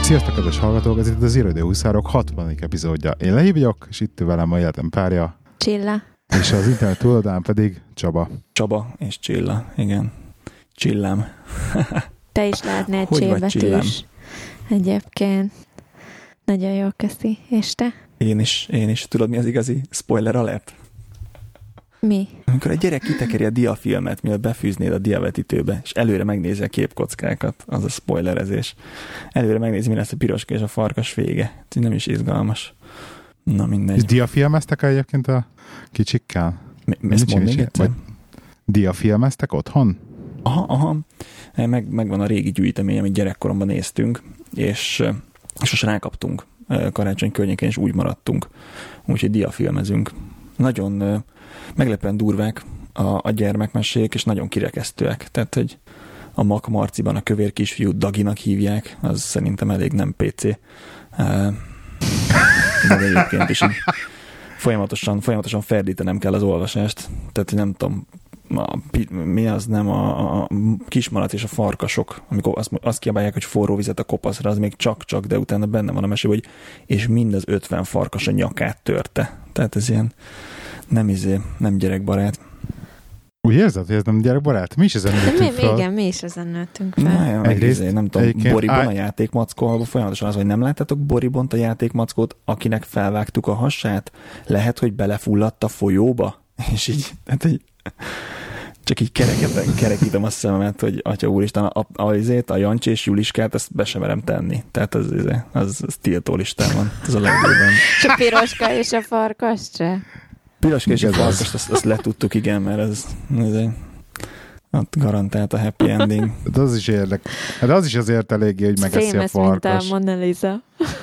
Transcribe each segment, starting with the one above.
Sziasztok, kedves hallgatók! Ez itt az Író Huszárok 60. epizódja. Én Lehi vagyok, és itt velem a életem párja. Csilla. És az internet túloldán pedig Csaba. Csaba és Csilla, igen. Csillám. Te is lehetnél csillbetűs. Egyébként. Nagyon jó, köszi. És te? Én is. Tudod, mi az igazi spoiler alert? Mi? Amikor egy gyerek kitekeri a diafilmet, mielőtt befűznéd a diavetítőbe, és előre megnézi a képkockákat, az a spoilerezés. Előre megnézi, mi lesz a piroska és a farkas vége. Ez nem is izgalmas. Na mindegy. És diafilmeztek egyébként a kicsikkel? Ezt mondd még egyszer? Diafilmeztek otthon? Aha. Megvan a régi gyűjtemény, amit gyerekkoromban néztünk, és most rákaptunk karácsony környékén, és úgy maradtunk. Úgyhogy diafilmezünk. Nagyon meglepően durvák a gyermekmesék, és nagyon kirekesztőek. Tehát, hogy a Mak Marciban a kövér kisfiút Daginak hívják, az szerintem elég nem PC. De egyébként is folyamatosan ferdítenem kell az olvasást. Tehát, hogy nem tudom, mi az nem a kismalac és a farkasok, amikor azt kiabálják, hogy forró vizet a kopaszra, az még csak, de utána benne van a mesé, hogy és mind az 50 farkas a nyakát törte. Tehát ez ilyen nem gyerekbarát. Úgy érzed, hogy ez nem gyerekbarát? Mi is ezen nőttünk fel? Igen, mi is ezen nőttünk fel. Egyrészt, nem tudom, Boribon a játékmackó, folyamatosan az, hogy nem láttatok Boribont a játékmackót, akinek felvágtuk a hasát, lehet, hogy belefulladt a folyóba, és így, hát így csak így kerekítem a szememet, hogy atya úristen, a Jancsi és Juliskát, ezt be sem merem tenni. Tehát az tiltó listán van. Ez a legjobb. És a piroska és a farkas se. Piroska és a farkas, azt letudtuk, igen, mert ez ott garantált a happy ending. De az is érdek. De az is azért eléggé, hogy megeszi a farkas. Mint a Mona Lisa.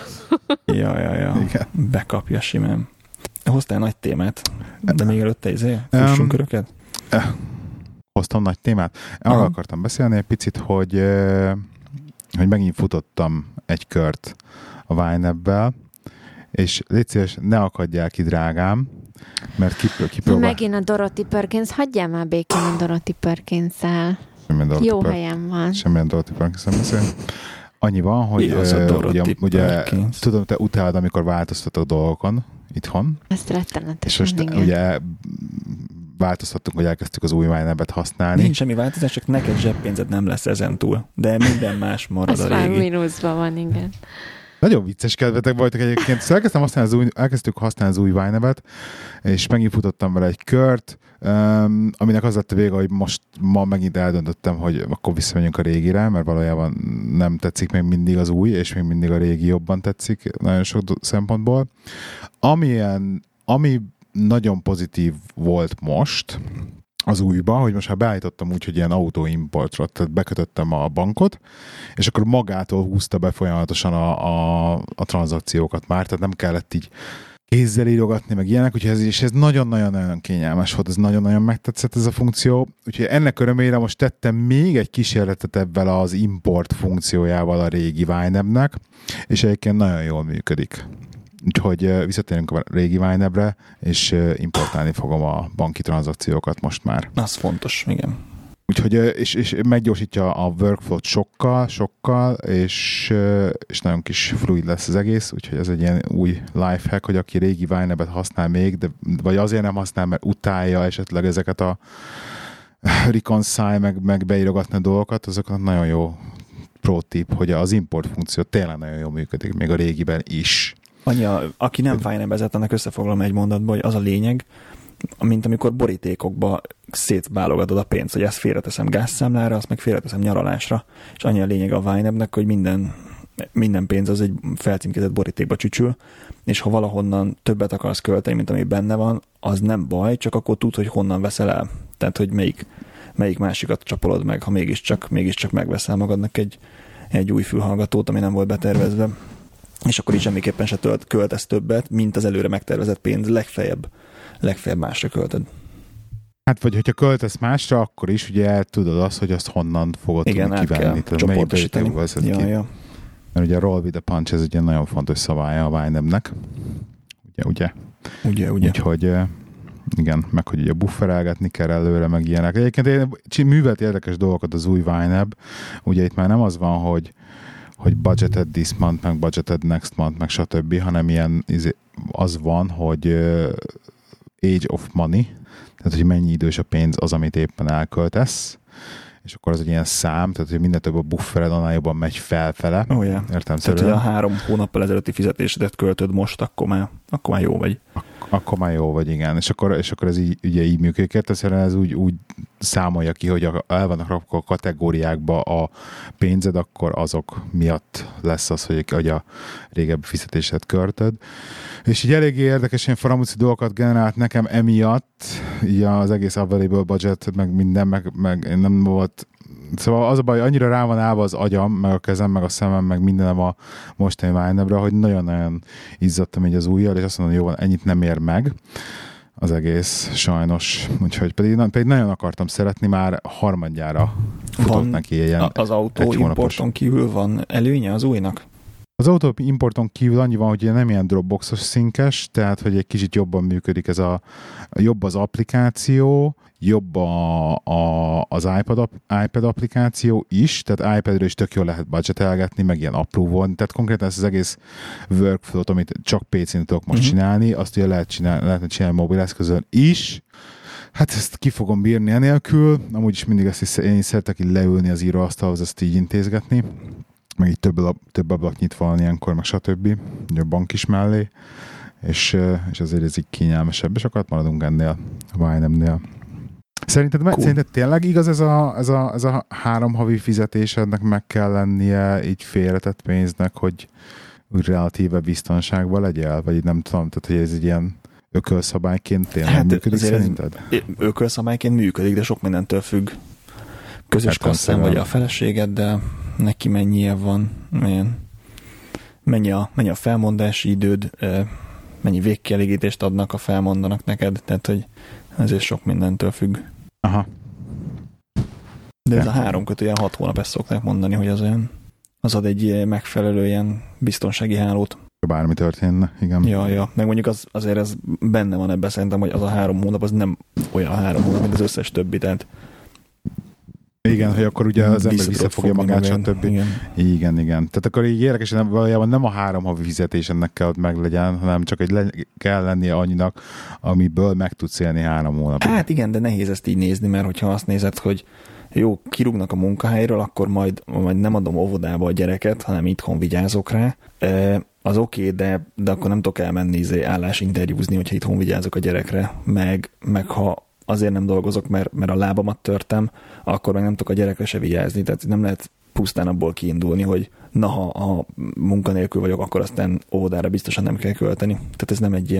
Ja. Bekapja simán. Hoztál nagy témát, de még előtte fussunk köröket? Hoztam nagy témát. Arra akartam beszélni egy picit, hogy megint futottam egy kört a Wine-ebből, és légy szíves, ne akadjál ki, drágám, mert kipróbál... Megint a Dorothy Perkins, hagyjál már békén a Dorothy Perkins-el. Jó helyen van. Semmilyen Dorothy Perkins-el beszél. Annyi van, hogy ugye tudom, te utálod, amikor változtatok dolgokon itthon. Ezt rettenetesen, és most ugye változtattunk, hogy elkezdtük az új Wine-et használni. Nincs semmi változás, csak neked zseppénzed nem lesz ezen túl. De minden más marad a régi. Az már mínuszban van, igen. Nagyon vicces kedvetek voltak egyébként. Szóval elkezdtük használni az új Wine-et, és megint futottam vele egy kört, aminek az lett a vége, hogy ma megint eldöntöttem, hogy akkor visszamegyünk a régire, mert valójában nem tetszik még mindig az új, és még mindig a régi jobban tetszik nagyon sok szempontból. Ami nagyon pozitív volt most az újba, hogy most beállítottam úgy, hogy ilyen autóimportra, tehát bekötöttem a bankot, és akkor magától húzta be folyamatosan a tranzakciókat már, tehát nem kellett így kézzel írogatni, meg ilyenek, úgyhogy ez nagyon-nagyon kényelmes volt, ez nagyon-nagyon megtetszett ez a funkció, úgyhogy ennek örömére most tettem még egy kísérletet ebben az import funkciójával a régi Wine-nek, és egyébként nagyon jól működik. Úgyhogy visszatérünk a régi Wine-re, és importálni fogom a banki tranzakciókat most már. Az fontos, igen. Úgyhogy, és meggyorsítja a workflow-t sokkal, és nagyon kis fluid lesz az egész, úgyhogy ez egy ilyen új lifehack, hogy aki régi Wine-et használ még, vagy azért nem használ, mert utálja esetleg ezeket a reconcile, meg beírogatni a dolgokat, azokat nagyon jó pro tip, hogy az import funkció tényleg nagyon jól működik, még a régiben is. Aki nem Wine-bezett, annak összefoglalom egy mondatba, hogy az a lényeg, mint amikor borítékokba szétválogatod a pénzt, hogy ezt félreteszem gázszámlára, azt meg félreteszem nyaralásra, és annyi a lényeg a Wine-nek, hogy minden pénz az egy felcímkézett borítékba csücsül, és ha valahonnan többet akarsz költeni, mint ami benne van, az nem baj, csak akkor tudd, hogy honnan veszel el. Tehát, hogy melyik másikat csapolod meg, ha mégiscsak megveszel magadnak egy új fülhallgatót, ami nem volt betervezve. És akkor is semmiképpen se költesz többet, mint az előre megtervezett pénz, legfeljebb másra költed. Hát vagy hogyha költesz másra, akkor is ugye tudod azt, hogy azt honnan fogod tudni kivenni. Igen, kell csoportosítani. Ja. Mert ugye a roll with the punch, ez egy nagyon fontos szabálya a Wine-nek. Ugye? Úgyhogy igen, meg hogy ugye bufferelgetni kell előre, meg ilyenek. Egyébként művelt érdekes dolgokat az új Wine-eb. Ugye itt már nem az van, hogy budgeted this month, meg budgeted next month, meg stb., hanem ilyen az van, hogy age of money, tehát hogy mennyi idős a pénz az, amit éppen elköltesz, és akkor az egy ilyen szám, tehát hogy minden több a buffered, annál jobban megy felfele. Oh, yeah. Értelemszerűen. Tehát, hogy a 3 hónappal ezelőtti fizetésedet költöd most, akkor már jó vagy. Akkor már jó vagy, igen. És akkor ez így működik. Egyszerűen ez úgy számolja ki, hogy el vannak rakva a kategóriákba a pénzed, akkor azok miatt lesz az, hogy a régebbi fizetésed költöd. És így eléggé érdekes ilyen faramúci dolgokat generált nekem emiatt, így az egész available budget, meg minden, meg nem volt. Szóval az a baj, annyira rá van állva az agyam, meg a kezem, meg a szemem, meg mindenem a mostani Wine-re, hogy nagyon-nagyon izzadtam így az ujjal, és azt mondom, hogy jó, ennyit nem ér meg az egész, sajnos. Úgyhogy pedig nagyon akartam szeretni, már harmadjára futott neki ilyen az autóimporton kívül van előnye az újnak? Az autóimporton kívül annyi van, hogy nem ilyen Dropboxos szinkes, tehát hogy egy kicsit jobban működik jobb az applikáció, jobb az iPad applikáció is, tehát iPadről is tök jól lehet budgetelgetni, meg ilyen apró volt. Tehát konkrétan ezt az egész workflow-t, amit csak PC-n tudok most csinálni, azt ugye lehetne csinálni mobileszközön is. Hát ezt ki fogom bírni enélkül. Amúgy is mindig én is szeretek így leülni az íróasztalhoz, ezt így intézgetni. Meg így több ablak nyitva van ilyenkor, meg stb. A bank is mellé. És azért ez így kényelmesebb, és akkor maradunk ennél, a Wine-nél. Szerinted tényleg igaz ez a 3 havi fizetésednek meg kell lennie így félretett pénznek, hogy úgy relatíve biztonságban legyél? Vagy nem tudom, tehát hogy ez egy ilyen ökölszabályként tényleg működik szerinted? Ökölszabályként működik, de sok mindentől függ. Közös kasszán vagy a feleséged, de neki mennyie van, mennyi a felmondási időd, mennyi végkielégítést adnak, a felmondanak neked, tehát hogy ezért sok mindentől függ. Aha. De ez a 3-6 hónap, ezt szokták mondani, hogy az ad egy megfelelő ilyen biztonsági hálót. Bármi történne, igen. Ja. Meg mondjuk azért ez benne van ebben, szerintem, hogy az a 3 hónap, az nem olyan 3 hónap, mint az összes többi, tehát igen, hogy akkor ugye az ember visszafogja magát, stb. Igen. Tehát akkor így érdekesen valójában nem a 3 havi fizetésennek kell, hogy meglegyen, hanem csak kell lennie annyinak, amiből meg tudsz élni 3 hónapig. Hát igen, de nehéz ezt így nézni, mert hogyha azt nézed, hogy jó, kirúgnak a munkahelyről, akkor majd nem adom óvodába a gyereket, hanem itthon vigyázok rá. Az oké, de akkor nem tudok elmenni állásinterjúzni, hogyha itthon vigyázok a gyerekre, meg ha azért nem dolgozok, mert a lábamat törtem, akkor meg nem tudok a gyerekre se vigyázni. Tehát nem lehet pusztán abból kiindulni, hogy ha munkanélkül vagyok, akkor aztán óvodára biztosan nem kell költeni. Tehát ez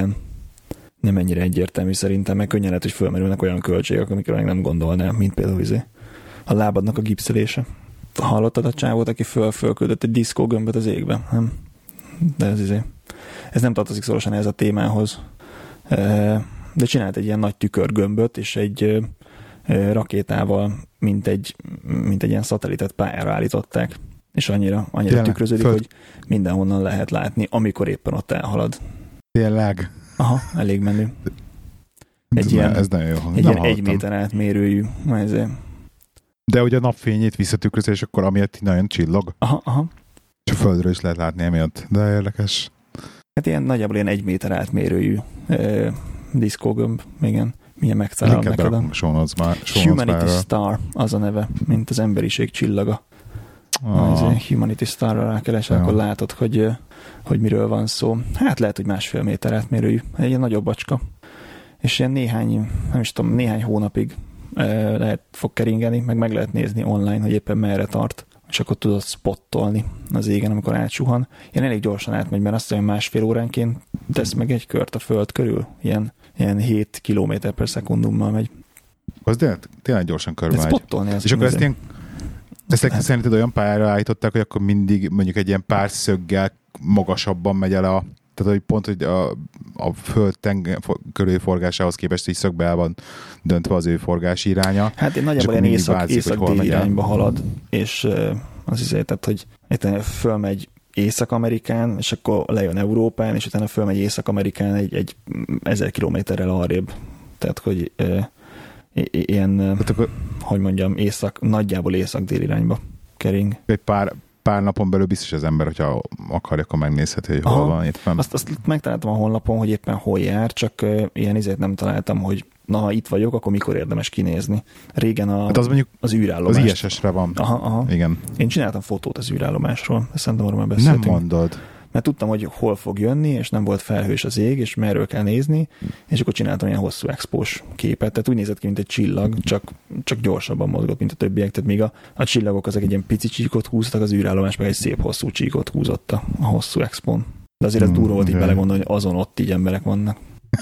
nem ennyire egyértelmű szerintem, meg könnyen lehet, hogy fölmerülnek olyan költségek, amikre meg nem gondolnál, mint például a lábadnak a gipszelése. Hallottad a csávót, aki fölküldött egy diszkógömböt az égbe? Nem? De ez nem tartozik szorosan ez a témához. De csinált egy ilyen nagy tükörgömböt, és egy rakétával, mint egy ilyen szatelitet pályára állították. És annyira tükröződik, hogy mindenhonnan lehet látni, amikor éppen ott elhalad. Tényleg? Aha, elég menő. Ez nagyon jó. Egy ilyen 1 méter átmérőjű. De ugye a napfényét visszatükrözi, és akkor amiatt nagyon csillog. Aha. És a földről is lehet látni emiatt. De érdekes. Hát nagyjából ilyen 1 méter átmérőjű diszkógömb, igen. Milyen megtalálom neked a Humanity Star, az a neve, mint az emberiség csillaga. Humanity Starra rákeresel, akkor látod, hogy miről van szó. Hát lehet, hogy 1,5 méter átmérőjű. Egy ilyen nagyobb bacska. És ilyen néhány hónapig fog keringeni, meg lehet nézni online, hogy éppen merre tart. És akkor tudod spottolni az égen, amikor átsuhan. Ilyen elég gyorsan átmegy, mert azt mondja, 1,5 óránként tesz meg egy kört a föld körül. Ilyen 7 km/s-ummal megy. Az tényleg gyorsan körbe megy. Spottolni és akkor ezt szerinted olyan pályára állították, hogy akkor mindig mondjuk egy ilyen pár szöggel magasabban megy el tehát hogy pont, hogy a föld körül forgásához képest így szögbe el van döntve az ő forgási iránya. Hát nagyjából ilyen észak-déli irányba halad, és tehát, hogy fölmegy Észak-Amerikán, és akkor lejön Európán, és utána fölmegy Észak-Amerikán egy 1000 kilométerrel arrébb. Tehát, hogy ilyen, hogy mondjam, nagyjából észak-dél irányba kering. Egy pár napon belül biztos az ember, hogyha akarja, akkor megnézheti, hogy hol van éppen. Azt megtaláltam a honlapon, hogy éppen hol jár, csak ilyen izét nem találtam, hogy na, ha itt vagyok, akkor mikor érdemes kinézni. Régen hát az mondjuk az űrállomás. Az ISS-re van. Aha. Igen. Én csináltam fotót az űrállomásról, ezt szerintem arról már beszéltünk. Nem mondod. Mert tudtam, hogy hol fog jönni, és nem volt felhős az ég, és merről kell nézni, és akkor csináltam ilyen hosszú expós képet. Tehát úgy nézett ki, mint egy csillag, csak gyorsabban mozgott, mint a többiek. Tehát még a csillagok azok egy ilyen pici csíkot húztak, az űrállomás meg egy szép hosszú csíkot húzott a hosszú expón. De azért ez durva volt így belegondolni, hogy azon ott így emberek vannak.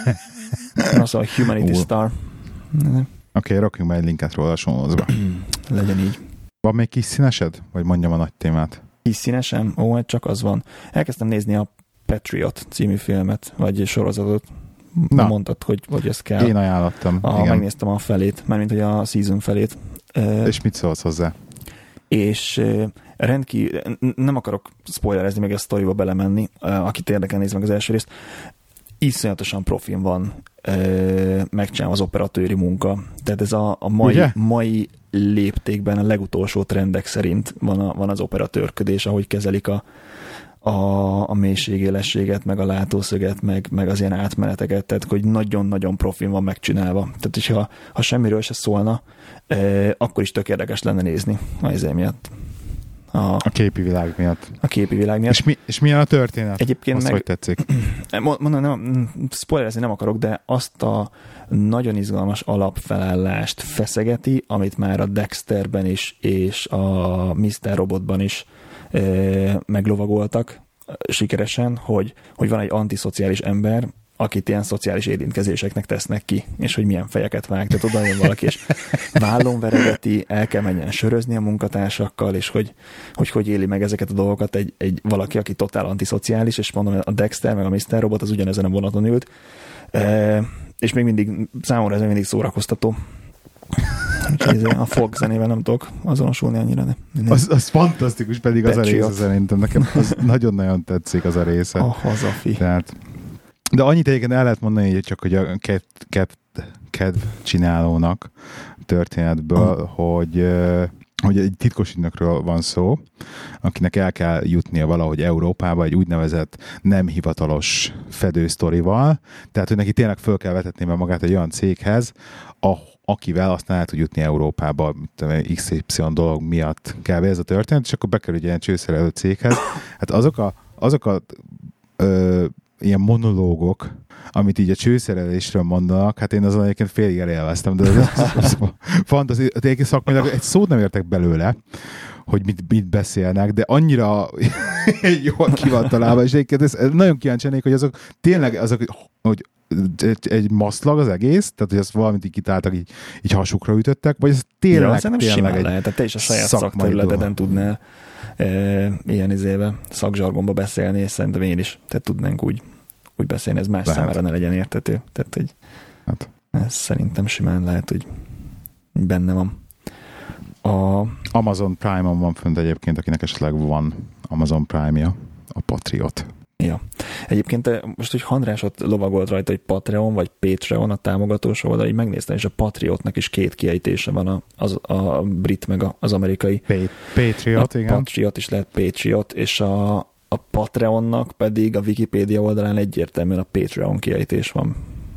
Az a Humanity Star. Oké, rakjunk majd egy linket róla a sonozba. Legyen így. Van még kis színesed? Vagy mondjam a nagy témát? Kis színesem? Ó, hát csak az van. Elkezdtem nézni a Patriot című filmet, vagy sorozatot. Na. Mondtad, hogy ez kell. Én ajánlottam. Megnéztem a felét, mármint hogy a season felét. És mit szólsz hozzá? És rendkívül, nem akarok spoilerezni, meg a sztoriba belemenni, akit érdekel, nézd meg az első részt. Iszonyatosan profin van megcsinálva az operatőri munka. Tehát ez a mai léptékben a legutolsó trendek szerint van az operatőrködés, ahogy kezelik a mélységélességet, meg a látószöget, meg az ilyen átmeneteket, tehát hogy nagyon-nagyon profin van megcsinálva. Tehát és ha semmiről se szólna, akkor is tök érdekes lenne nézni azért miatt. A képi világ miatt. A képi világ miatt. És milyen a történet? Egyébként azt hogy tetszik? Mondom, spoilerezni nem akarok, de azt a nagyon izgalmas alapfelállást feszegeti, amit már a Dexterben is, és a Mr. Robotban is meglovagoltak sikeresen, hogy van egy antiszociális ember, akit ilyen szociális érintkezéseknek tesznek ki, és hogy milyen fejeket vág. Tehát oda jön valaki, és vállon veregeti, el kell menjen sörözni a munkatársakkal, és hogy éli meg ezeket a dolgokat egy valaki, aki totál antiszociális, és mondom, a Dexter meg a Mr. Robot az ugyanezen a vonaton ült, és még mindig, számomra ez még mindig szórakoztató. A folk zenével nem tudok azonosulni annyira. Az fantasztikus, pedig az a része szerintem. Nekem az nagyon-nagyon tetszik az a része. A hazafi. Tehát, de annyit egyébként el lehet mondani, hogy csak hogy a kedv csinálónak történetből, hogy egy titkos ügynökről van szó, akinek el kell jutnia valahogy Európába egy úgynevezett nem hivatalos fedősztorival, tehát hogy neki tényleg föl kell vetetni magát egy olyan céghez, akivel aztán el tud jutni Európába, XY dolog miatt kell ez a történet, és akkor bekerül egy ilyen csőszerelő céghez. Hát azok a ilyen monológok, amit így a csőszerelésről mondanak, hát én azon egyébként félig elélveztem, de ez fantasztikus. Egyébként szakmailag egy szót nem értek belőle, hogy mit beszélnek, de annyira jól ki van találva, és egyébként ez nagyon kíváncsi lennék, hogy azok tényleg hogy egy maszlag az egész, tehát hogy azt valamit így kitáltak, így hasukra ütöttek, vagy ez tényleg egy lehet, tehát te is a saját szakterületeden tudnál ilyen szakzsargonba beszélni, és szerintem én is, tehát tudnánk úgy beszélni, ez más lehet. Számára ne legyen érthető. Tehát, hogy ez szerintem simán lehet, hogy benne van. Amazon Prime-on van fönt egyébként, akinek esetleg van Amazon Prime-ja, a Patriot. Ja. Egyébként most, hogy Andrásot lovagolt rajta, hogy Patreon vagy Patreon a támogatós oldal, így megnéztem, és a Patriotnak is két kiejtése van, a brit meg az amerikai. Patriot, igen. Patriot is lehet Patriot, és a Patreonnak pedig a Wikipédia oldalán egyértelműen a Patreon kiejtés van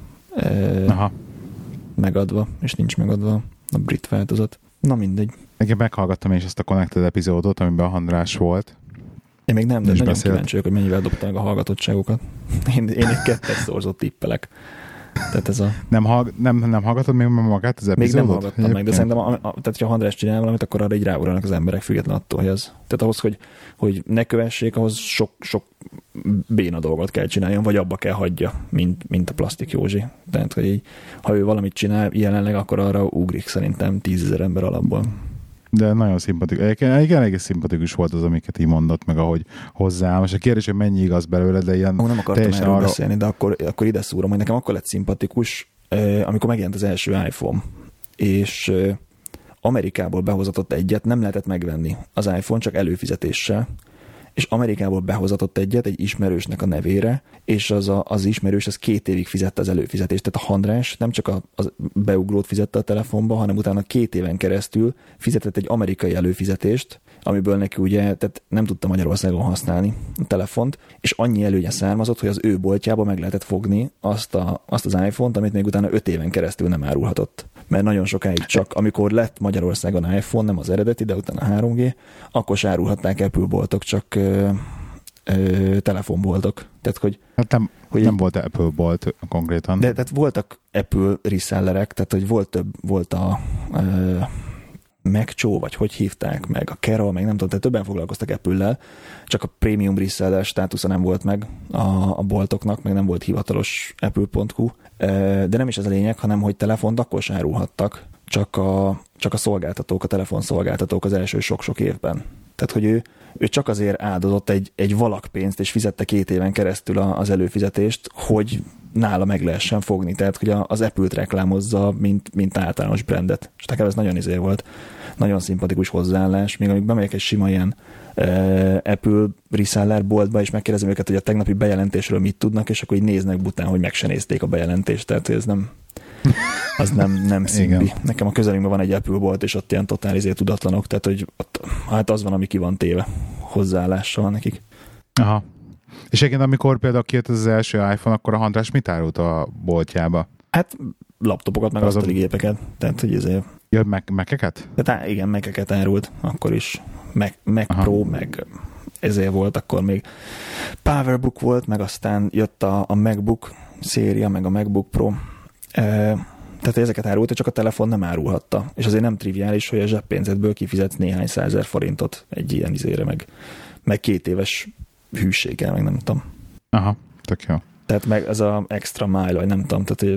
megadva, és nincs megadva a brit változat. Na mindegy. Én meghallgattam is ezt a Connected epizódot, amiben a András volt. Én még nem, de nagyon kíváncsi vagyok, hogy mennyivel dobták a hallgatottságokat. Én egy kettes szorzót tippelek. Tehát ez nem hallgatod még magát az epizódot? Még nem hallgattam meg, de szerintem, tehát hogyha András csinál valamit, akkor arra így ráugranak az emberek, független attól, hogy az. Tehát ahhoz, hogy ne kövessék, ahhoz sok béna dolgot kell csináljon, vagy abba kell hagyja, mint a Plastik Józsi. Tehát, hogy így, ha ő valamit csinál jelenleg, akkor arra ugrik szerintem 10 000 ember alapból. De nagyon szimpatikus. Egyébként szimpatikus volt az, amiket így mondott, meg ahogy hozzá. Most a kérdés, hogy mennyi igaz belőle, de ilyen nem akartam erről beszélni, de akkor ide szúrom, hogy nekem akkor lett szimpatikus, amikor megjelent az első iPhone, és Amerikából behozatott egyet, nem lehetett megvenni az iPhone, csak előfizetéssel, és Amerikából behozatott egyet egy ismerősnek a nevére, és az ismerős az 2 évig fizette az előfizetést. Tehát a Handrás nem csak az beugrót fizette a telefonba, hanem utána 2 éven keresztül fizetett egy amerikai előfizetést, amiből neki ugye, tehát nem tudta Magyarországon használni a telefont, és annyi előnye származott, hogy az ő boltjába meg lehetett fogni azt az iPhone-t, amit még utána 5 éven keresztül nem árulhatott. Mert nagyon sokáig csak, amikor lett Magyarországon iPhone, nem az eredeti, de utána 3G, akkor se árulhatták Apple boltok, csak telefonboltok. Tehát, hogy nem volt Apple bolt konkrétan. De tehát voltak Apple resellerek, tehát hogy volt a Megcsó, vagy hogy hívták meg, a Kera, meg nem tudom, tehát többen foglalkoztak Apple-lel, csak a premium reseller státusza nem volt meg a boltoknak, meg nem volt hivatalos apple.hu, de nem is ez a lényeg, hanem hogy telefont akkor sem árulhattak, csak a szolgáltatók, a telefonszolgáltatók az első sok-sok évben. Tehát, hogy ő csak azért áldozott egy valakpénzt, és fizette 2 éven keresztül az előfizetést, hogy nála meg lehessen fogni. Tehát, hogy az Apple-t reklámozza, mint általános brandet. És nekem ez nagyon volt. Nagyon szimpatikus hozzáállás. Még amíg bemegyek egy sima ilyen Apple reseller boltba, és megkérdezem őket, hogy a tegnapi bejelentésről mit tudnak, és akkor így néznek bután, hogy meg se nézték a bejelentést. Tehát, hogy ez nem szimbi. Nekem a közelünkben van egy Apple bolt, és ott ilyen totál tudatlanok, tehát hogy hát az van, ami ki van téve. Hozzáállással van nekik. Aha. És egyébként amikor például kijött az első iPhone, akkor a Handrás mit árult a boltjába? Hát laptopokat, meg asztali gépeket. Tehát, hogy ezért... Ja, Mac-eket? Tehát igen, Mac-eket árult, akkor is. Mac Pro, meg ezért volt, akkor még PowerBook volt, meg aztán jött a MacBook széria, meg a MacBook Pro. Tehát ezeket árulta, csak a telefon nem árulhatta. És azért nem triviális, hogy a zseppénzedből kifizetsz néhány 100 000 forintot egy ilyen izére, meg 2 éves hűséggel, meg nem tudom. Aha, tök jó. Tehát meg ez az extra mile, vagy nem tudom, tehát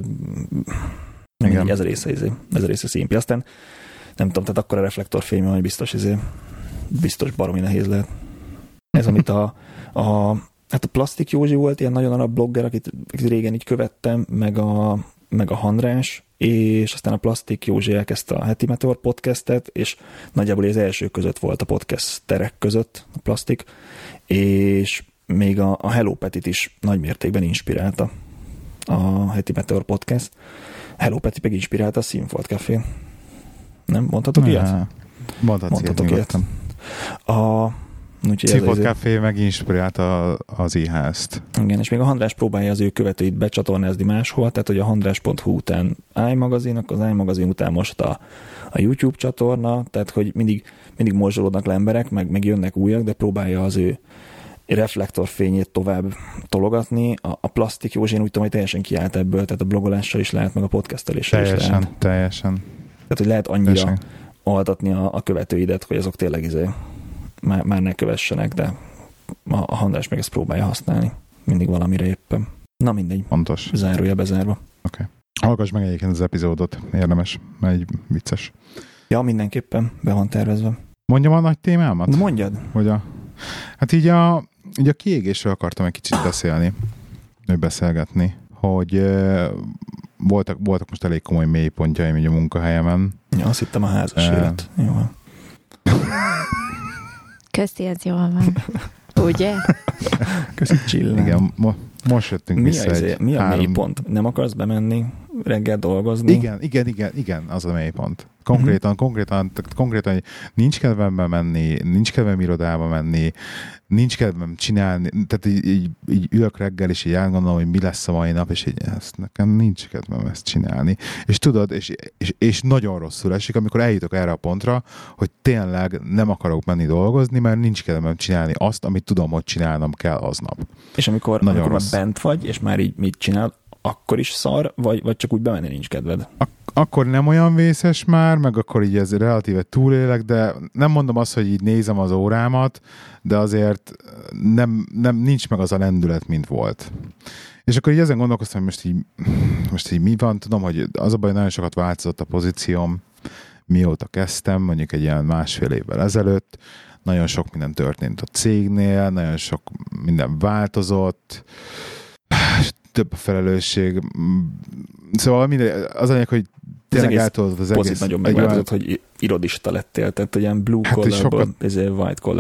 hogy ez a része szimpi. Aztán nem tudom, tehát akkor a reflektorfény, hogy biztos baromi nehéz lehet. Ez, amit hát a Plastik Józsi volt ilyen nagyon arab blogger, akit régen így követtem, meg a Handrás, és aztán a Plastik Józsi elkezdte a Heti Meteor podcastet, és nagyjából az első között volt a podcasterek között a Plastik, és még a Hello Petit is nagy mértékben inspirálta a Heti Meteor podcast. Hello Peti meg inspirálta a Színfolt Café. Nem? Mondhatok ilyet? Mondhatok ilyet. Színfolt Café meg inspirálta az IHS-t. Igen, és még a Handrás próbálja az ő követőit becsatornázni máshol, tehát hogy a handrás.hu után iMagazine, az iMagazine után most a YouTube csatorna, tehát hogy mindig morzsolódnak le emberek, meg jönnek újak, de próbálja az ő reflektorfényét tovább tologatni. A Plastik Józsén úgy tudom, hogy teljesen kiállt ebből, tehát a blogolással is lehet, meg a podcasteléssel is lehet. Teljesen. Tehát, hogy lehet annyira altatni a követőidet, hogy azok tényleg már ne kövessenek, de a Handrás meg ezt próbálja használni. Mindig valamire éppen. Na mindegy. Pontos. Zárója bezárva. Oké. Hallgass meg egyébként az epizódot. Érdemes, mert egy vicces. Ja, mindenképpen be van tervezve. Mondjam a nagy témámat? Mondjad. Hát így a kiégésről akartam egy kicsit beszélgetni, hogy voltak most elég komoly mélypontjaim így a munkahelyemen. Ja, azt hittem a házas élet. Jó. Köszi, ez jól van. Ugye? Köszi, csillán. Igen, most jöttünk vissza Mi a mélypont? Nem akarsz bemenni reggel dolgozni? Igen, az a mélypont. Konkrétan, hogy nincs kedvem bemenni, nincs kedvem irodába menni, nincs kedvem csinálni, tehát így ülök reggel, és így elgondolom, hogy mi lesz a mai nap, és így nekem nincs kedvem ezt csinálni. És tudod, és nagyon rosszul esik, amikor eljutok erre a pontra, hogy tényleg nem akarok menni dolgozni, mert nincs kedvem csinálni azt, amit tudom, hogy csinálnom kell aznap. És amikor már bent vagy, és már így mit csinál, akkor is szar, vagy csak úgy bemenni nincs kedved? Akkor nem olyan vészes már, meg akkor így ez relatíve túlélek, de nem mondom azt, hogy így nézem az órámat, de azért nincs meg az a lendület, mint volt. És akkor így ezen gondolkoztam, hogy most így mi van, tudom, hogy az a baj, nagyon sokat változott a pozícióm, mióta kezdtem, mondjuk egy ilyen 1,5 évvel ezelőtt, nagyon sok minden történt a cégnél, nagyon sok minden változott, több a felelősség. Szóval az anyag, hogy tényleg eltolódott az egész. Nagyon megváltozott, hogy irodista lettél, tehát ilyen blue collarból, ez white collar.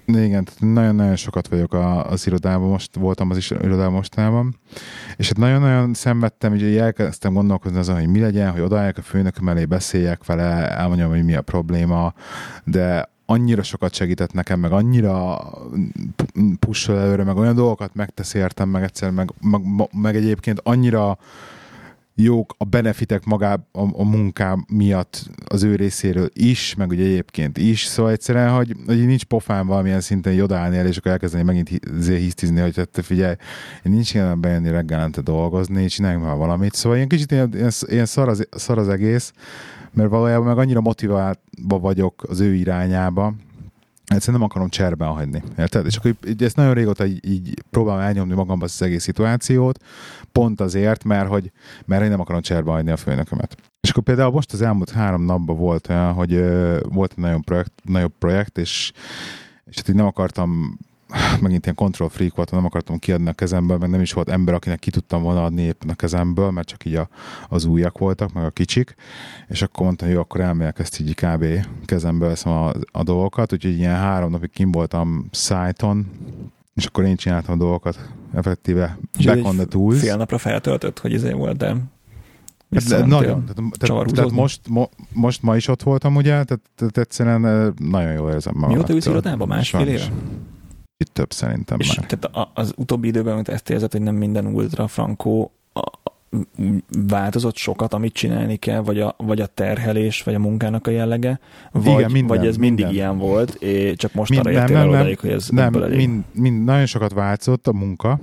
Igen, nagyon-nagyon sokat vagyok az irodában, voltam az irodában mostában, és hát nagyon-nagyon szenvedtem, hogy elkezdtem gondolkozni azon, hogy mi legyen, hogy odaálljak a főnököm elé, beszéljek vele, elmondjam, hogy mi a probléma, de annyira sokat segített nekem, meg annyira pushol előre, meg olyan dolgokat megtesz értem, meg egyszer, meg egyébként annyira jók a benefitek magában a munkám miatt az ő részéről is, meg ugye egyébként is, szóval egyszerűen, hogy nincs pofán valamilyen szinten így odaállni el, és akkor elkezdeni megint hisztizni, hogy hát figyelj, én nincs ilyen bejönni reggelente dolgozni, csináljunk már valamit, szóval ilyen kicsit ilyen szar az egész, mert valójában meg annyira motiválva vagyok az ő irányába, egyszerűen nem akarom cserben hagyni. Érted? És akkor ezt nagyon régóta így próbálom elnyomni magamban az egész szituációt, pont azért, mert én nem akarom cserben hagyni a főnökömet. És akkor például most az elmúlt 3 napban volt olyan, hogy volt egy nagyobb projekt, és hát így nem akartam, megint ilyen control freak voltam, nem akartam kiadni a kezemből, meg nem is volt ember, akinek ki tudtam volna adni éppen a kezemből, mert csak így az újak voltak, meg a kicsik, és akkor mondtam, hogy jó, akkor elmegyek ezt így kb. Kezemből veszem a dolgokat, úgyhogy ilyen 3 napig kim voltam szájton, és akkor én csináltam a dolgokat effektíve back on the tools. Fél napra feltöltött, hogy ezért volt, de nagyon. Tehát most ma is ott voltam, ugye, tehát egyszerűen nagyon jól érzem magam. Mióta ülsz irodában? Másfél éve? Itt több szerintem és már. Tehát az utóbbi időben, amit ezt érzed, hogy nem minden ultra frankó változott sokat, amit csinálni kell, vagy a terhelés, vagy a munkának a jellege, vagy ez mindig ilyen volt, és csak mostanra értél el odaig, hogy ez ebből elég. Nagyon sokat változott a munka,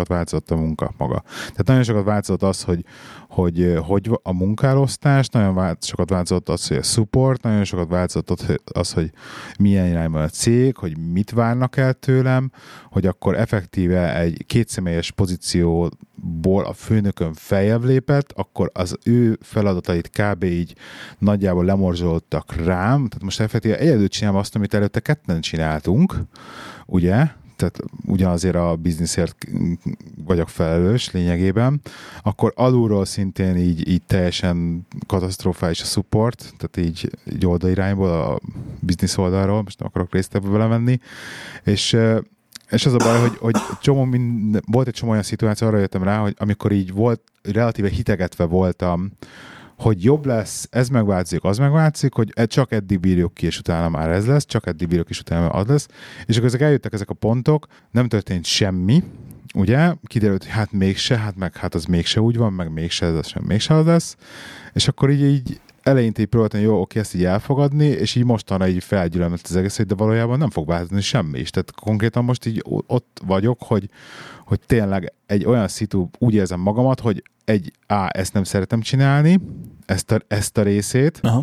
maga. Tehát nagyon sokat változott az, hogy a munkálosztás, nagyon sokat változott az, hogy a support, nagyon sokat változott az, hogy milyen irányban a cég, hogy mit várnak el tőlem, hogy akkor effektíve egy kétszemélyes pozícióból a főnökön feljebb lépett, akkor az ő feladatait kb. Így nagyjából lemorzsolódtak rám, tehát most effektíve egyedül csinálom azt, amit előtte ketten csináltunk, ugye? Tehát ugyanazért a bizniszért vagyok felelős lényegében, akkor alulról szintén így teljesen katasztrofális a support, tehát így oldalirányból, a biznisz oldalról, most nem akarok részletbe vele menni, és az a baj, hogy volt egy csomó olyan szituáció, arra jöttem rá, hogy amikor így volt, relatíve hitegetve voltam, hogy jobb lesz, ez megváltozik, az megváltozik, hogy csak eddig bírjuk ki, és utána már ez lesz, csak eddig bírjuk, és utána már az lesz. És akkor eljöttek ezek a pontok, nem történt semmi, ugye? Kiderült, hogy hát mégse, hát az mégse úgy van, meg mégse ez lesz, mégse az lesz. És akkor így eleinte így próbáltam, jó, oké, ezt így elfogadni, és így mostanra így felgyülemlett az egész, de valójában nem fog változni semmi is. Tehát konkrétan most így ott vagyok, hogy tényleg egy olyan szitu, úgy érzem magamat, hogy ezt nem szeretem csinálni, ezt a részét, aha.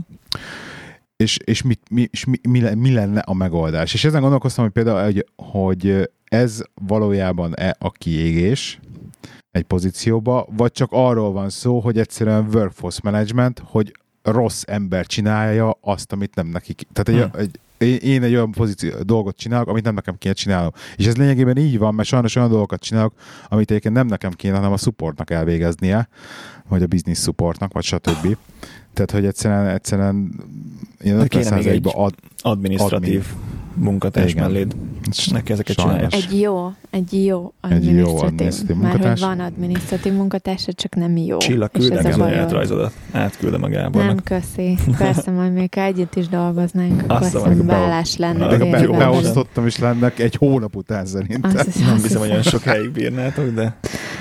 És mi lenne a megoldás. És ezen gondolkoztam, hogy például, hogy ez valójában a kiégés egy pozícióba, vagy csak arról van szó, hogy egyszerűen workforce management, hogy rossz ember csinálja azt, amit nem nekik. Tehát én egy olyan dolgot csinálok, amit nem nekem kéne csinálnom. És ez lényegében így van, mert sajnos olyan dolgokat csinálok, amit egyébként nem nekem kéne, hanem a supportnak elvégeznie, vagy a business supportnak, vagy stb. Tehát, hogy egyszerűen én 50%-ban adminisztratív munkatárs melléd. Neki ezeket csinálják. Egy jó adminisztratív. Már hogy van adminisztratív munkatársa, csak nem jó. Csilla, küldem a saját átküldem a Gábornak. Nem, köszi. Persze, majd még együtt is dolgoznánk, akkor szerintem vállás lenne. Beosztottam is lennek egy hónap után szerintem. Nem hiszem, hogy olyan sok helyig bírnátok, de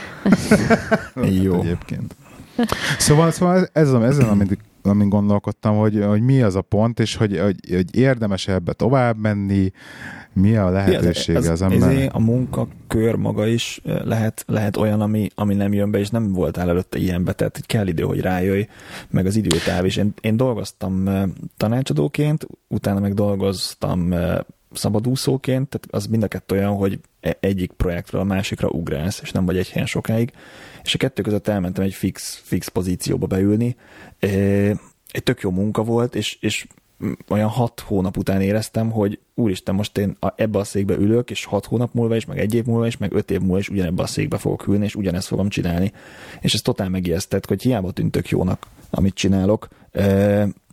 jó. Egyébként. Szóval ezen, amin gondolkodtam, hogy mi az a pont, és hogy érdemes ebbe tovább menni, mi a lehetősége az ember. A munkakör maga is lehet olyan, ami nem jön be, és nem voltál előtte ilyenbe, tehát kell idő, hogy rájöjj, meg az időtáv is. Én dolgoztam tanácsadóként, utána meg dolgoztam szabadúszóként, tehát az mind a kettő olyan, hogy egyik projektről a másikra ugrálsz, és nem vagy egy helyen sokáig, és a kettő között elmentem egy fix pozícióba beülni. Egy tök jó munka volt, és olyan 6 hónap után éreztem, hogy úristen, most én ebbe a székbe ülök, és 6 hónap múlva is, meg 1 év múlva is, meg 5 év múlva is ugyanebbe a székbe fogok ülni, és ugyanezt fogom csinálni. És ez totál megijesztett, hogy hiába tűnt tök jónak, amit csinálok,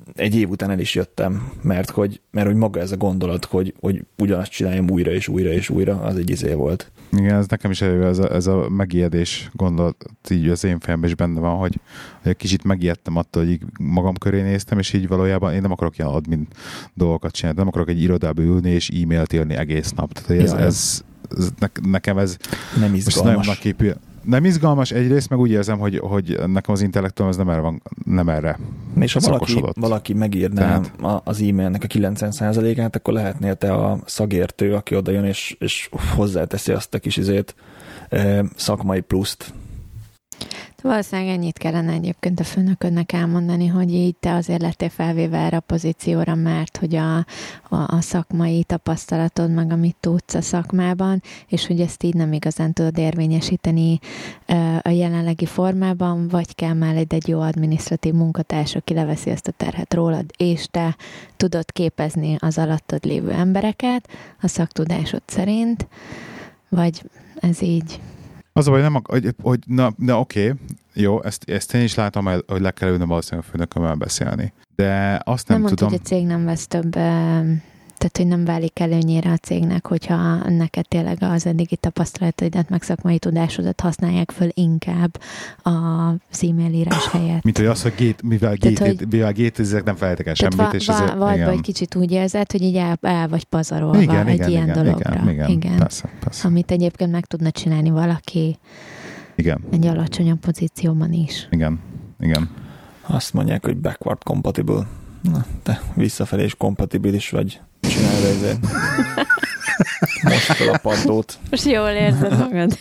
egy év után el is jöttem, mert hogy maga ez a gondolat, hogy ugyanazt csináljam újra és újra és újra, az egy izé volt. Igen, ez nekem is ez a megijedés gondolat, így az én fejemben is benne van, hogy egy kicsit megijedtem attól, hogy így magam köré néztem, és így valójában én nem akarok ilyen admin dolgokat csinálni, nem akarok egy irodába ülni és e-mailt írni egész nap. Tehát nekem ez nem izgalmas. Nem izgalmas egyrészt, meg úgy érzem, hogy nekem az intellektum az nem erre és ha valaki megírná az e-mailnek a 90%-át, akkor lehetnél te a szakértő, aki oda jön, és hozzáteszi azt a kis szakmai pluszt. Valószínűleg ennyit kellene egyébként a főnöködnek elmondani, hogy így te azért lettél felvéve erre a pozícióra, mert hogy a szakmai tapasztalatod, meg amit tudsz a szakmában, és hogy ezt így nem igazán tudod érvényesíteni a jelenlegi formában, vagy kell mellett egy jó adminisztratív munkatárs, aki leveszi ezt a terhet rólad, és te tudod képezni az alattad lévő embereket a szaktudásod szerint, vagy ez így... Az a baj, hogy na oké, jó, ezt én is látom, hogy le kell ülnöm valószínűleg a főnökömmel beszélni. De azt nem tudom... hogy a cég nem vesz több, tehát hogy nem válik előnyére a cégnek, hogyha neked tényleg az eddigi tapasztalataidat, meg szakmai tudásodat használják föl inkább az e-mail írás helyett. Mint hogy az, hogy mivel gétezek, nem felejtek el semmit. És vagy kicsit úgy érzed, hogy így el vagy pazarolva egy ilyen dologra. Igen. Persze. Amit egyébként meg tudna csinálni valaki egy alacsonyabb pozícióban is. Igen. Azt mondják, hogy backward compatible. Na, te visszafelé is kompatibilis vagy. Csinálj ezért. Most fel a padlót. Most jól érzed magad.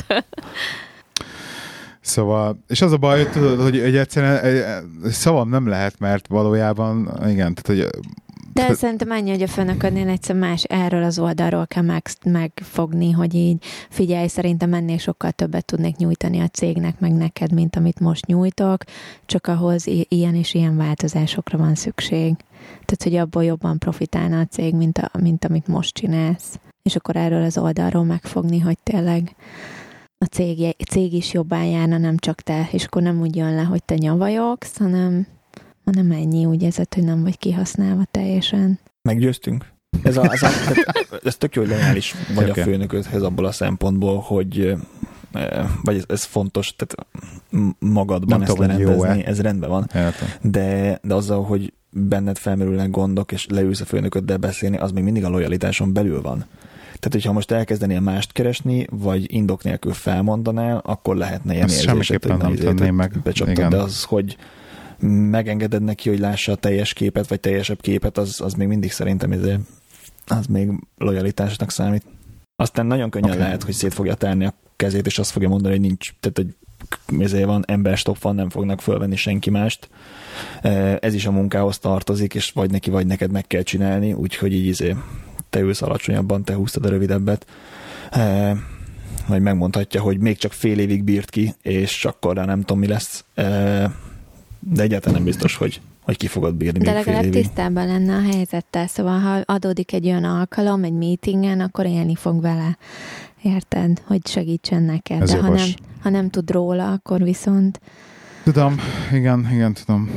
Szóval, és az a baj, tudod, hogy egyszerűen szavam nem lehet, mert valójában, igen, tehát, hogy... De szerintem annyi, hogy a főnöködnél egyszer más erről az oldalról kell megfogni, hogy így figyelj, szerintem ennél sokkal többet tudnék nyújtani a cégnek, meg neked, mint amit most nyújtok, csak ahhoz ilyen és ilyen változásokra van szükség. Tehát, hogy abból jobban profitálna a cég, mint amit most csinálsz. És akkor erről az oldalról megfogni, hogy tényleg a cég is jobban járna, nem csak te, és akkor nem úgy jön le, hogy te nyavajogsz, hanem ennyi, úgy érzed, hogy nem vagy kihasználva teljesen. Meggyőztünk? Ez tök jó, hogy leális vagy a főnöködhez abból a szempontból, hogy vagy ez fontos, tehát magadban nem ezt lerendezni, ez rendben van. De azzal, hogy benned felmerülnek gondok, és leülsz a főnököddel beszélni, az még mindig a lojalitáson belül van. Tehát, hogyha most elkezdenél mást keresni, vagy indok nélkül felmondanál, akkor lehetne ilyen érzésed, hogy nem tenném meg. Becsaptad, de az, hogy megengeded neki, hogy lássa a teljes képet, vagy teljesebb képet, az még mindig szerintem az még lojalitásnak számít. Aztán nagyon könnyen lehet, hogy szét fogja tárni a kezét, és azt fogja mondani, hogy nincs, tehát hogy ezért van, emberstop van, nem fognak fölvenni senki mást. Ez is a munkához tartozik, és vagy neki, vagy neked meg kell csinálni, úgyhogy így te ülsz alacsonyabban, te húztad a rövidebbet. Vagy megmondhatja, hogy még csak fél évig bírt ki, és akkor nem tudom, mi lesz. De egyáltalán nem biztos, hogy ki fogod bírni. De legalább tisztában lenne a helyzettel, szóval ha adódik egy olyan alkalom, egy meetingen, akkor élni fog vele. Érted? Hogy segítsen neked. Ez de ha nem tud róla, akkor viszont... Tudom, igen, tudom.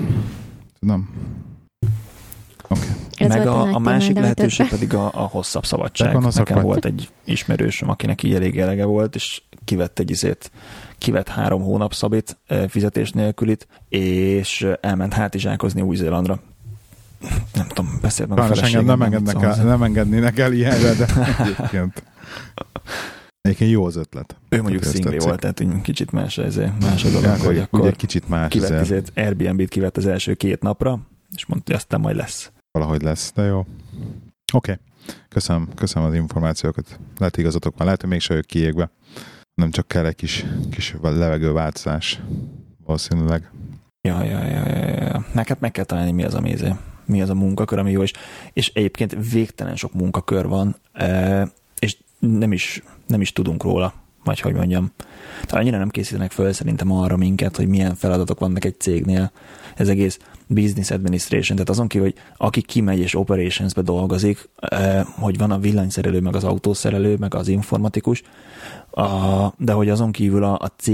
Oké. Meg a másik lehetőség pedig a hosszabb szabadság. Nekem volt egy ismerősöm, akinek így elég elege volt, és kivett 3 hónap szabit fizetés nélkülit, és elment hátizsákozni Új-Zélandra. Nem tudom, beszélt meg a feleségem. Nem engednének el ilyenre, de egyébként jó az ötlet. Ő mondjuk szingli volt, tehát kicsit más a dolog, hogy akkor egy kicsit más Airbnb-t kivett az első 2 napra, és mondta, hogy aztán majd lesz. Valahogy lesz, de jó. Oké. Köszönöm az információkat. Lehet igazatok van, lehet, hogy mégse jövök kiégbe. Nem csak kell egy kis levegőváltozás. Valószínűleg. Ja. Neked meg kell találni, mi az a munkakör, ami jó, és egyébként végtelen sok munkakör van, és nem is tudunk róla, vagy hogy mondjam. Talán annyira nem készítenek föl szerintem arra minket, hogy milyen feladatok vannak egy cégnél. Ez egész business administration, tehát azon kívül, hogy aki kimegy és operationsbe dolgozik, hogy van a villanyszerelő, meg az autószerelő, meg az informatikus, de hogy azon kívül a cég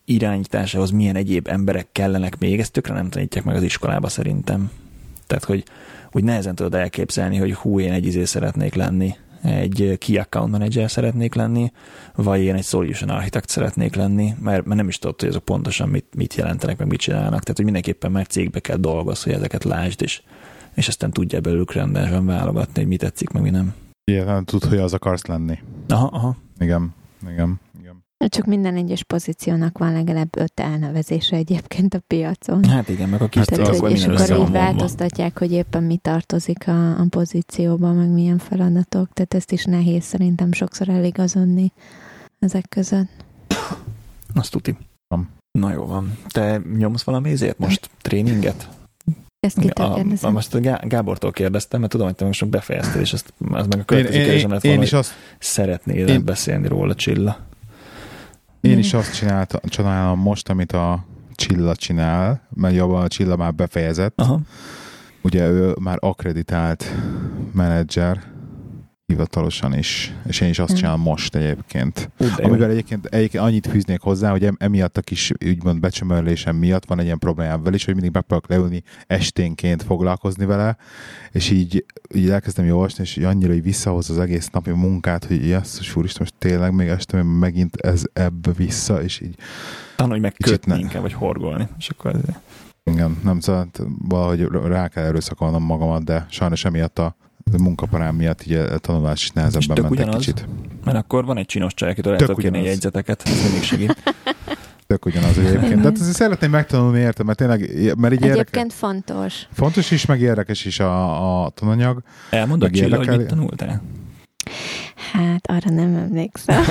irányításához milyen egyéb emberek kellenek még, ezt tökre nem tanítják meg az iskolába szerintem. Tehát, hogy úgy nehezen tudod elképzelni, hogy én egy szeretnék lenni, egy Key Account Manager szeretnék lenni, vagy én egy Solution Architect szeretnék lenni, mert nem is tudod, hogy azok pontosan mit jelentenek, meg mit csinálnak. Tehát, hogy mindenképpen már cégbe kell dolgozni, hogy ezeket lásd, és aztán tudja belőlük rendesen válogatni, hogy mi tetszik, meg mi nem. Igen, tud, hogy az akarsz lenni. Aha. Igen. Csak minden egyes pozíciónak van legalább 5 elnevezése egyébként a piacon. Hát igen, meg a kis és akkor így változtatják, hogy éppen mi tartozik a pozícióban, meg milyen feladatok. Tehát ezt is nehéz szerintem sokszor eligazodni ezek között. Azt tuti. Na jó van. Te nyomsz valami ezért most? Tréninget? Ezt kitől kérdezem? Most Gábortól kérdeztem, mert tudom, hogy te most befejeztél, és az meg a következő kérdésem lett volna, hogy szeretnél beszélni róla, Csilla. Én is azt csinálom most, amit a Csilla csinál, mert jobban a Csilla már befejezett. Aha. Ugye ő már akkreditált menedzser, hivatalosan is, és én is azt csinálom most egyébként. Amivel egyébként annyit fűznék hozzá, hogy emiatt a kis úgymond becsömörlésem miatt van egy ilyen problémám is, hogy mindig meg próbálok leülni esténként foglalkozni vele, és így elkezdem jól olvasni, és annyira így visszahoz az egész napi munkát, hogy jesszus úristen, most tényleg még este megint ez ebbe vissza, és így tanulj meg kötni inkább, vagy horgolni, és akkor ezért. Igen, nem szóval valahogy rá kell erőszakolnom magamat, de sajnos emiatt a munkaparám miatt így a tanulás is nehezebben ment egy kicsit. Mert akkor van egy csinos csaj, akitől el tudok kérni jegyzeteket, ez mindig segít. Tök ugyanaz egyébként. De azért szeretném megtanulni, értem, mert tényleg, mert így egyébként fontos. Fontos is, meg érdekes is a tananyag. Elmondod, Csilla, hogy mit tanultál? Hát arra nem emlékszem.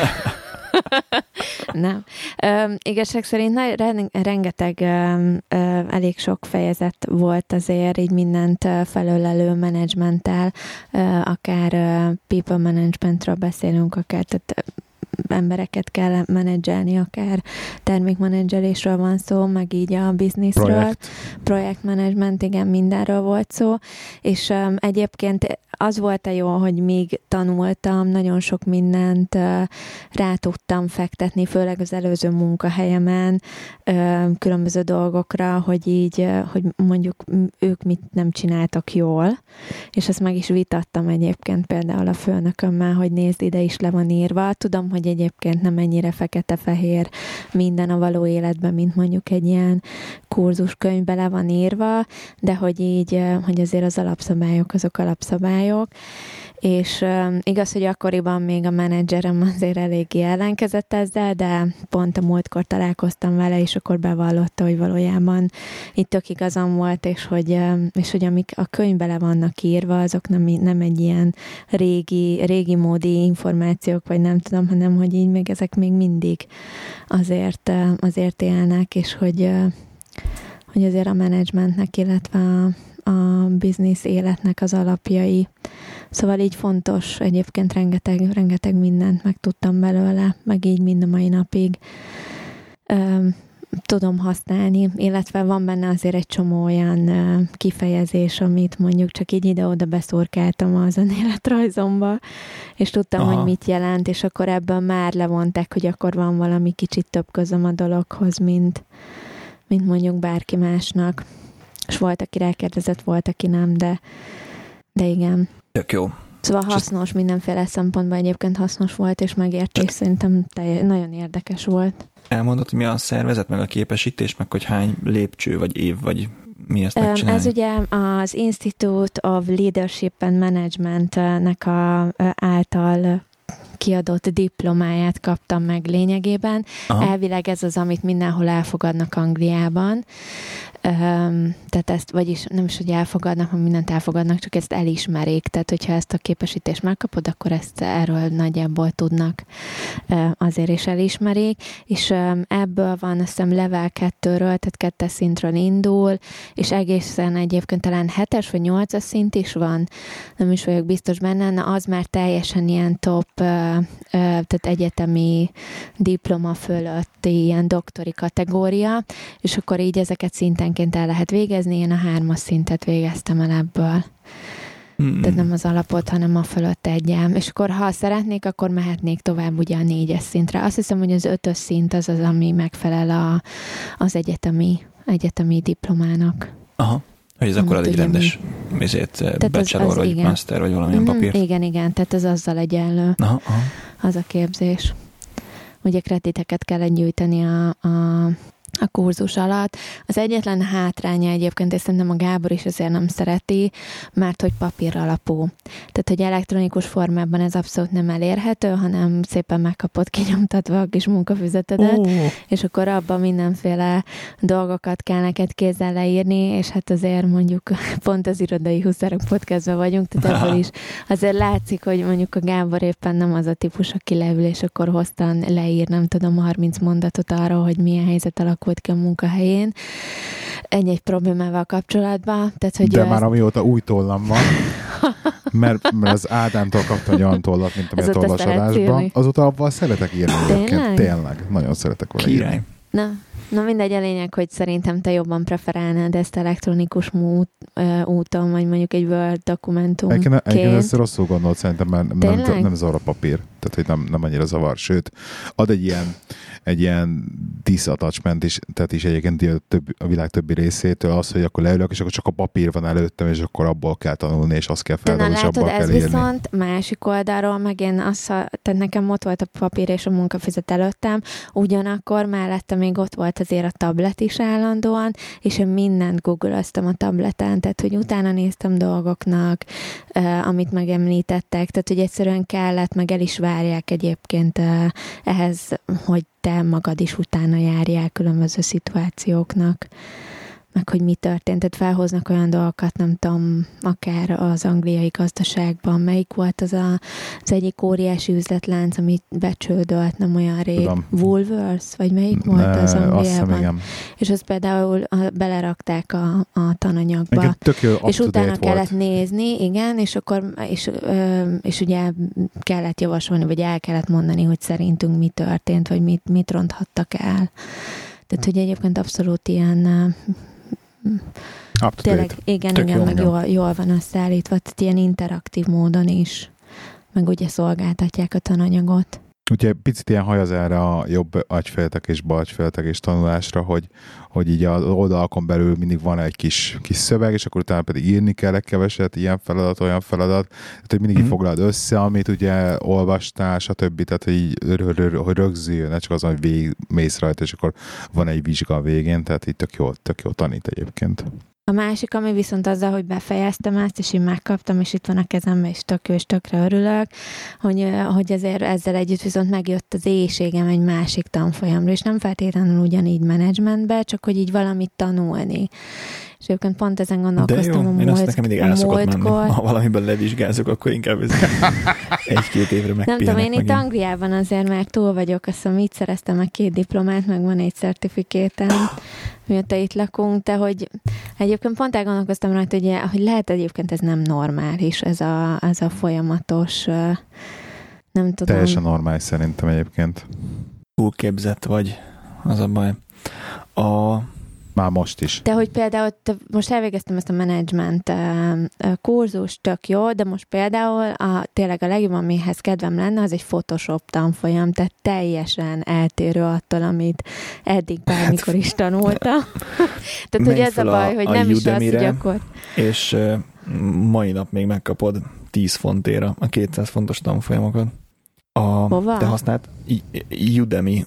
Nem. Igazság szerint rengeteg, elég sok fejezet volt azért így mindent felölelő menedzsmenttel, akár people managementről beszélünk, akár tehát embereket kell menedzselni, akár termékmenedzselésről van szó, meg így a bizniszről. Projektmenedzsment, igen, mindenről volt szó, és egyébként az volt a jó, hogy még tanultam, nagyon sok mindent rá tudtam fektetni, főleg az előző munkahelyemen, különböző dolgokra, hogy így, hogy mondjuk ők mit nem csináltak jól, és ezt meg is vitattam egyébként például a főnökömmel, hogy nézd, ide is le van írva. Tudom, hogy egyébként nem ennyire fekete-fehér minden a való életben, mint mondjuk egy ilyen kurzus-könyvbe le van írva, de hogy így, hogy azért az alapszabályok, azok alapszabályok, és igaz, hogy akkoriban még a menedzserem azért eléggé ellenkezett ezzel, de pont a múltkor találkoztam vele, és akkor bevallotta, hogy valójában itt tök igazam volt, és hogy amik a könyvbe le vannak írva, azok nem egy ilyen régi módi információk, vagy nem tudom, hanem hogy így még ezek még mindig azért élnek, és hogy azért a menedzsmentnek, illetve a biznisz életnek az alapjai. Szóval így fontos, egyébként rengeteg mindent megtudtam belőle, meg így mind a mai napig tudom használni, illetve van benne azért egy csomó olyan kifejezés, amit mondjuk csak így ide-oda beszorkáltam az önéletrajzomba, és tudtam, hogy mit jelent, és akkor ebből már levonták, hogy akkor van valami kicsit több közöm a dologhoz, mint mondjuk bárki másnak. És volt, aki rákérdezett, volt, aki nem, de igen. Tök jó. Szóval hasznos, mindenféle szempontból egyébként hasznos volt, és megértés szerintem nagyon érdekes volt. Elmondod, hogy mi a szervezet, meg a képesítés, meg hogy hány lépcső, vagy év, vagy mi ezt megcsinálni? Ez ugye az Institute of Leadership and Management-nek által kiadott diplomáját kaptam meg lényegében. Aha. Elvileg ez az, amit mindenhol elfogadnak Angliában. Tehát ezt, vagyis nem is, hogy elfogadnak, hanem mindent elfogadnak, csak ezt elismerik. Tehát, hogyha ezt a képesítést megkapod, akkor ezt erről nagyjából tudnak, azért is elismerik. És ebből van, azt hiszem, level 2-ről, tehát 2-es szintről indul, és egészen egyébként talán 7-es vagy 8-as szint is van, nem is vagyok biztos benne, na az már teljesen ilyen top, tehát egyetemi diploma fölötti ilyen doktori kategória, és akkor így ezeket szintenként el lehet végezni. Én a 3-as szintet végeztem el ebből. Tehát nem az alapot, hanem a fölött egyel. És akkor ha szeretnék, akkor mehetnék tovább ugye a 4-es szintre. Azt hiszem, hogy az 5-ös szint az, ami megfelel az egyetemi diplomának. Aha. Hogy ez akkor egy rendes bachelor, vagy igen. Master, vagy valamilyen papír. Igen, tehát ez azzal egyenlő. Aha. Az a képzés. Ugye krediteket kellett gyűjteni a kurzus alatt. Az egyetlen hátránya egyébként, és szerintem a Gábor is azért nem szereti, mert hogy papír alapú. Tehát, hogy elektronikus formában ez abszolút nem elérhető, hanem szépen megkapod kinyomtatva a kis munkafüzetedet, és akkor abban mindenféle dolgokat kell neked kézzel leírni, és hát azért mondjuk pont az Irodai Huszárok podcastban vagyunk, tehát ebből is azért látszik, hogy mondjuk a Gábor éppen nem az a típus, aki leül, és akkor hoztan leír, nem tudom, 30 mondatot arról, hogy milyen helyzet alakult ki a munkahelyén egy problémával kapcsolatban. Tehát, hogy de már amióta új tollam van, mert az Ádámtól kaptam egy olyan tollat, mint ami a tollasadásban. Azóta abban szeretek írni. Tényleg. Nagyon szeretek vele írni. Na mindegy, a lényeg, hogy szerintem te jobban preferálnád ezt elektronikus úton, vagy mondjuk egy Word dokumentumként. Egyébként ezt rosszul gondolt szerintem, mert nem zavar a papír. Tehát, hogy nem annyira zavar. Sőt, ad egy ilyen disattachment is, tehát is egyébként a világ többi részétől az, hogy akkor leülök, és akkor csak a papír van előttem, és akkor abból kell tanulni, és azt kell feldolgozni, és abból kell írni. Ez viszont másik oldalról, meg én tehát nekem ott volt a papír és a munkafüzet előttem, ugyanakkor mellette még ott volt azért a tablet is állandóan, és én mindent googlöztem a tableten, tehát hogy utána néztem dolgoknak, amit megemlítettek, tehát hogy egyszerűen kellett, meg el is várják egyébként ehhez, hogy te magad is utána járjál különböző szituációknak, meg hogy mi történt. Tehát felhoznak olyan dolgokat, nem tudom, akár az angliai gazdaságban, melyik volt az egyik óriási üzletlánc, amit becsődölt nem olyan rég. Tudom. Woolworths, vagy melyik volt az Angliában? És azt például belerakták a tananyagba. Igen, és utána kellett nézni, igen, és akkor és ugye kellett javasolni, vagy el kellett mondani, hogy szerintünk mi történt, vagy mit ronthattak el. Tehát, hogy egyébként abszolút ilyen tényleg, igen, meg jól van összeállítva, tehát ilyen interaktív módon is, meg ugye szolgáltatják a tananyagot. Úgyhogy picit ilyen hajaz erre a jobb agyféltek és bal agyféltek és tanulásra, hogy így az oldalakon belül mindig van egy kis szöveg, és akkor utána pedig írni kell legkeveset, ilyen feladat, olyan feladat, tehát hogy mindig foglalod össze, amit ugye olvastál, stb. Tehát, hogy így hogy rögzül, ne csak azon, hogy mész rajta, és akkor van egy vizsga a végén, tehát így tök jó tanít egyébként. A másik, ami viszont azzal, hogy befejeztem ezt, és én megkaptam, és itt van a kezemben, és tök jó, és tökre örülök, hogy azért ezzel együtt viszont megjött az éjségem egy másik tanfolyamra, és nem feltétlenül ugyanígy menedzsmentbe, csak hogy így valamit tanulni. És egyébként pont ezen gondolkoztam a múltkor. Én azt nekem mindig el szokott menni. Ha valamiből levizsgázok, akkor inkább ez 1-2 évre megpihenek. Nem tudom, én itt Angliában azért már túl vagyok, azt hiszem, így szereztem meg 2 diplomát, meg van egy certifikétem, mióta itt lakunk, de hogy egyébként pont elgondolkoztam rajta, hogy lehet egyébként ez nem normális, ez a folyamatos, nem tudom. Teljesen normális szerintem egyébként. Túlképzett vagy, az a baj. Már most is. De hogy például most elvégeztem ezt a menedzsment kurzus, tök jó, de most például tényleg a legjobb, amihez kedvem lenne, az egy Photoshop tanfolyam, tehát teljesen eltérő attól, amit eddig bármikor is tanultam. Tehát, hogy ez a baj, hogy nem is az, hogy akkor... És mai nap még megkapod 10 fontért a 200 fontos tanfolyamokat. Hova? Te használt Udemy,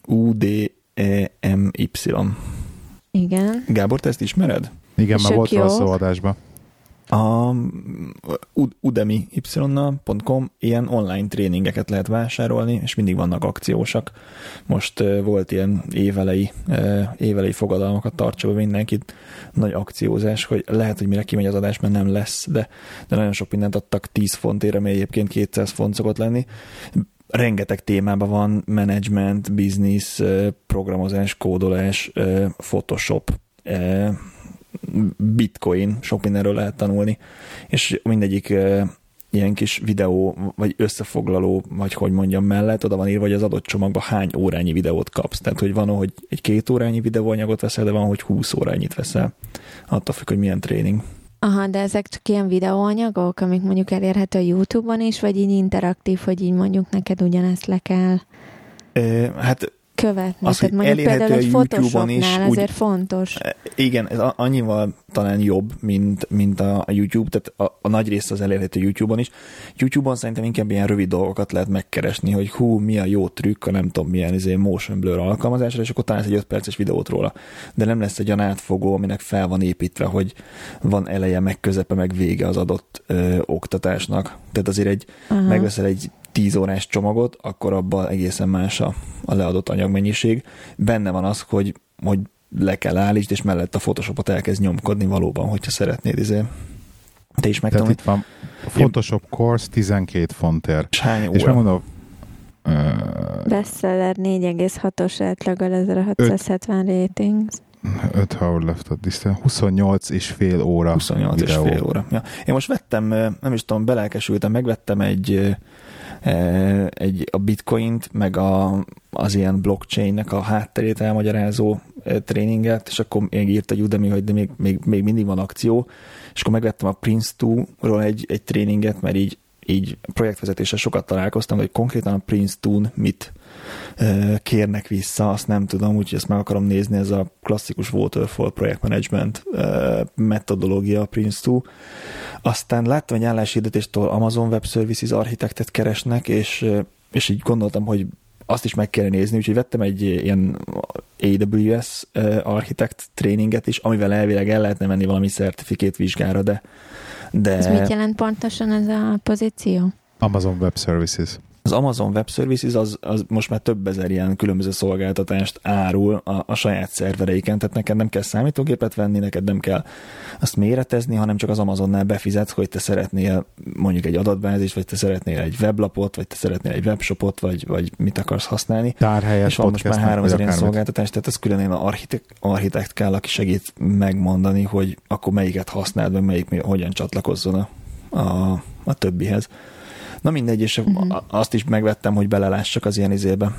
UDEMY. Igen. Gábor, te ezt ismered? Igen, már volt rá szó adásban. A udemy.com ilyen online tréningeket lehet vásárolni, és mindig vannak akciósak. Most volt ilyen évelei fogadalmakat tartsa be mindenkit, nagy akciózás, hogy lehet, hogy mire kimegy az adás, mert nem lesz, de nagyon sok mindent adtak 10 fontért, ami egyébként 200 font szokott lenni. Rengeteg témában van, management, business, programozás, kódolás, Photoshop, Bitcoin, sok mindenről lehet tanulni, és mindegyik ilyen kis videó, vagy összefoglaló, vagy hogy mondjam mellett, oda van írva, hogy az adott csomagban hány órányi videót kapsz. Tehát, hogy van, hogy egy 2 órányi videóanyagot veszel, de van, hogy 20 órányit veszel. Attól függ, hogy milyen tréning. Aha, de ezek csak ilyen videóanyagok, amik mondjuk elérhető a YouTube-on is, vagy így interaktív, hogy így mondjuk neked ugyanezt le kell Hát követni. Az, tehát mondjuk például egy YouTube-on is Photoshopnál azért fontos. Igen, ez annyival talán jobb, mint a YouTube, tehát a nagy része az elérhető YouTube-on is. YouTube-on szerintem inkább ilyen rövid dolgokat lehet megkeresni, hogy mi a jó trükk, a nem tudom milyen motion blur alkalmazásra, és akkor találsz egy 5 perces videót róla. De nem lesz egy olyan átfogó, aminek fel van építve, hogy van eleje, meg közepe, meg vége az adott oktatásnak. Tehát azért megveszel egy 10 órás csomagot, akkor abban egészen más a leadott anyagmennyiség. Benne van az, hogy le kell állítsd, és mellett a Photoshopot elkezd nyomkodni valóban, hogyha szeretnéd. Te is megtanulni. Tehát itt van a Photoshop Course 12 fontért. És hány óra? És megmondom, Bestseller 4,6-os átlag, 1670 ratings. 5 hour left at this time. 28 és fél óra 28 videó. És fél óra. Ja. Én most vettem, nem is tudom, belelkesültem, megvettem a bitcoint, meg az ilyen blockchainnek a hátterét elmagyarázó tréninget, és akkor még írt egy Udemy, hogy de még mindig van akció, és akkor megvettem a Prince2-ról egy tréninget, mert így projektvezetéssel sokat találkoztam, hogy konkrétan a Prince2-n mit kérnek vissza, azt nem tudom, úgyhogy ezt meg akarom nézni, ez a klasszikus waterfall projektmanagement metodológia a Prince2. Aztán láttam egy álláshirdetéstől Amazon Web Services architektet keresnek, és így gondoltam, hogy azt is meg kell nézni, úgyhogy vettem egy ilyen AWS architekt tréninget is, amivel elvileg el lehetne menni valami certifikát vizsgára, de... Ez mit jelent pontosan ez a pozíció? Amazon Web Services. Az Amazon Web Services az most már több ezer ilyen különböző szolgáltatást árul a saját szervereiken, tehát neked nem kell számítógépet venni, neked nem kell azt méretezni, hanem csak az Amazonnál befizetsz, hogy te szeretnél mondjuk egy adatbázist, vagy te szeretnél egy weblapot, vagy te szeretnél egy webshopot, vagy mit akarsz használni. Tárhelyet, és van most már 3000 ilyen szolgáltatás, tehát ez külön a architekt kell, aki segít megmondani, hogy akkor melyiket használd, meg melyik hogyan csatlakozzon a többihez. Na mindegy, és azt is megvettem, hogy belelássak az ilyen izébe.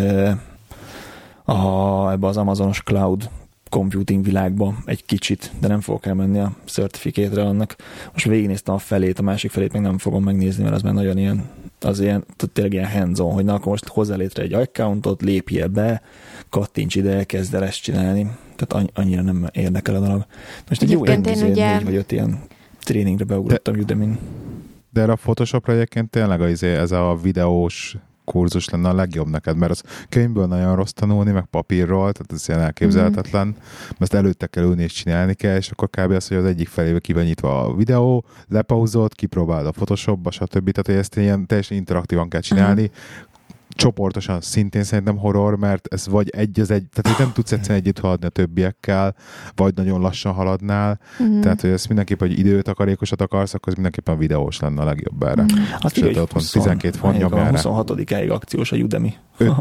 Ebbe az Amazonos Cloud Computing világba egy kicsit, de nem fogok elmenni a certificate-re annak. Most végignéztem a felét, a másik felét még nem fogom megnézni, mert az már nagyon ilyen, az ilyen, tényleg ilyen hands-on, hogy na akkor most hozzá létre egy accountot, lépjél be, kattints ide, kezd el ezt csinálni. Tehát annyira nem érdekel a dolog. Most egy jó 4 vagy 5 ilyen tréningre beugrottam Udemy-n. De erre a Photoshopra egyébként tényleg ez a videós kurzus lenne a legjobb neked, mert az könyvből nagyon rossz tanulni, meg papírról, tehát ez ilyen elképzelhetetlen, mert ezt előtte kell ülni és csinálni kell, és akkor kb. Az, hogy az egyik felébe ki van nyitva a videó, lepauzolt, kipróbáld a Photoshopba, stb. Tehát hogy ezt ilyen teljesen interaktívan kell csinálni, csoportosan szintén szerintem horror, mert ez vagy tehát hogy nem tudsz egyszerűen együtt haladni a többiekkel, vagy nagyon lassan haladnál, tehát hogy ezt mindenképpen, hogy időtakarékosat akarsz, akkor ez mindenképpen videós lenne a legjobb erre. Azt írja, hogy 12 font nyomjára. 26-áig akciós a Udemy.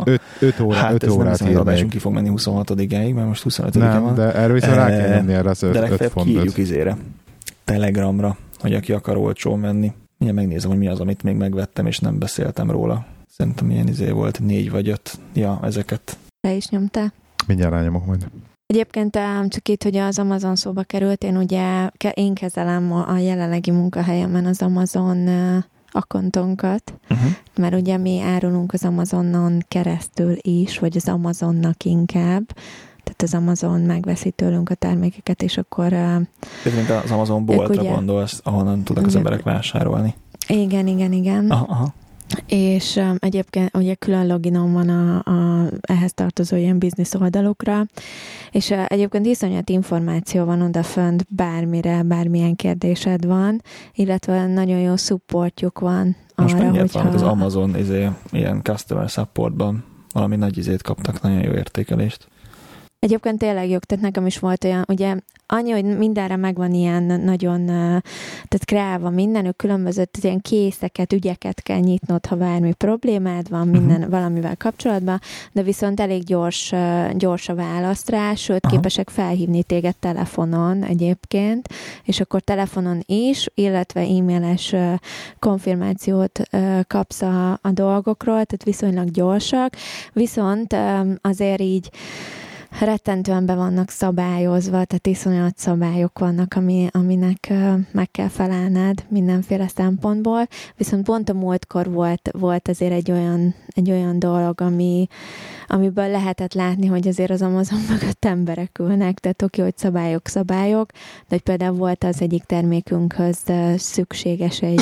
5 órát ír. Adásunk ki fog menni 26-áig, mert most 25-en van. Nem, de erről viszont rá kell menni erre az 5 fontot. De legfeljebb kiírjuk izére, Telegramra, hogy aki akar olcsón venni. Mindjárt megnézem, hogy mi az, amit még megvettem, és nem beszéltem róla. Szerintem ilyen volt, 4 vagy 5. Ja, ezeket. Te is nyomtál? Mindjárt rányomok majd. Egyébként csak itt, hogy az Amazon szóba került, én kezelem a jelenlegi munkahelyemen az Amazon akkontonkat, mert ugye mi árulunk az Amazonon keresztül is, vagy az Amazonnak inkább, tehát az Amazon megveszi tőlünk a termékeket, és akkor... Ez mint az Amazon boltra gondolsz, ahonnan tudnak az emberek vásárolni. Igen. Aha. És egyébként ugye külön loginom van ehhez tartozó ilyen biznisz oldalukra, és egyébként iszonyat információ van odafönt bármire, bármilyen kérdésed van, illetve nagyon jó supportjuk van most arra, hogyha... Most az Amazon ilyen customer supportban valami nagy izét kaptak, nagyon jó értékelést. Egyébként tényleg jó, tehát nekem is volt olyan, ugye annyi, hogy mindenre megvan ilyen nagyon, tehát kreálva minden, ők különböző, ilyen készeket, ügyeket kell nyitnod, ha bármi problémád van, minden valamivel kapcsolatban, de viszont elég gyors a választ rá, sőt képesek felhívni téged telefonon egyébként, és akkor telefonon is, illetve e-mailes konfirmációt kapsz a dolgokról, tehát viszonylag gyorsak, viszont azért így rettentően be vannak szabályozva, tehát iszonyat szabályok vannak, aminek meg kell felelned mindenféle szempontból, viszont pont a múltkor volt azért egy olyan dolog, amiből lehetett látni, hogy azért az Amazon mögött emberek ülnek, tehát oké, hogy szabályok, de hogy például volt az egyik termékünkhöz szükséges egy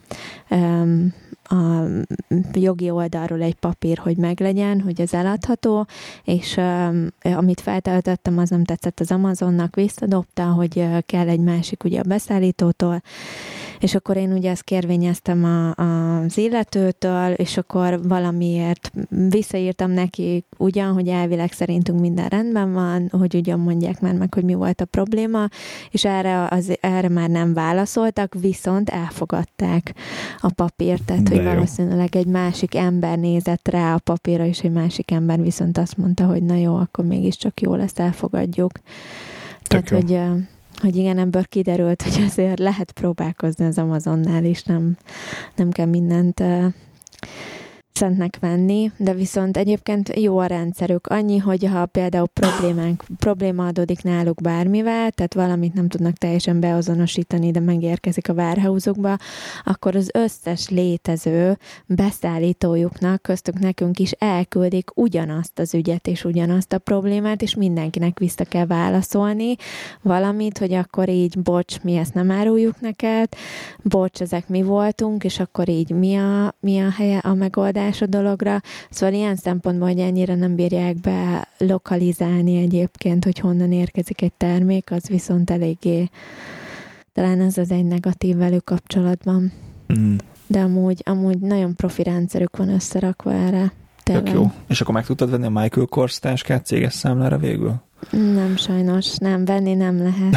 a jogi oldalról egy papír, hogy meglegyen, hogy ez eladható, és amit feltöltöttem, az nem tetszett az Amazonnak, visszadobta, hogy kell egy másik ugye a beszállítótól, és akkor én ugye ezt kérvényeztem az illetőtől, és akkor valamiért visszaírtam neki ugyan, hogy elvileg szerintünk minden rendben van, hogy ugyan mondják már meg, hogy mi volt a probléma, és erre már nem válaszoltak, viszont elfogadták a papírt, tehát hogy valószínűleg egy másik ember nézett rá a papírra, és egy másik ember viszont azt mondta, hogy na jó, akkor mégiscsak jó lesz, elfogadjuk. Tehát, hogy igen, ebből kiderült, hogy azért lehet próbálkozni az Amazonnál is, nem kell mindent szentnek venni, de viszont egyébként jó a rendszerük. Annyi, hogy ha például probléma adódik náluk bármivel, tehát valamit nem tudnak teljesen beazonosítani, de megérkezik a warehouse-ukba, akkor az összes létező beszállítójuknak, köztük nekünk is elküldik ugyanazt az ügyet és ugyanazt a problémát, és mindenkinek vissza kell válaszolni valamit, hogy akkor így, bocs, mi ezt nem áruljuk neked, bocs, ezek mi voltunk, és akkor így mi a helye a megoldás a dologra. Szóval ilyen szempontból, hogy ennyire nem bírják be lokalizálni egyébként, hogy honnan érkezik egy termék, az viszont eléggé talán ez az egy negatív velük kapcsolatban. De amúgy nagyon profi rendszerük van összerakva erre. Tök jó. És akkor meg tudtad venni a Michael Kors táskát céges számlára végül? Nem, sajnos. Nem, venni nem lehet.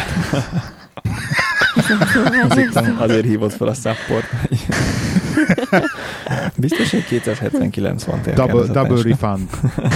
Azért hívott fel a support. Biztos, hogy 279 van tényleg. Double refund.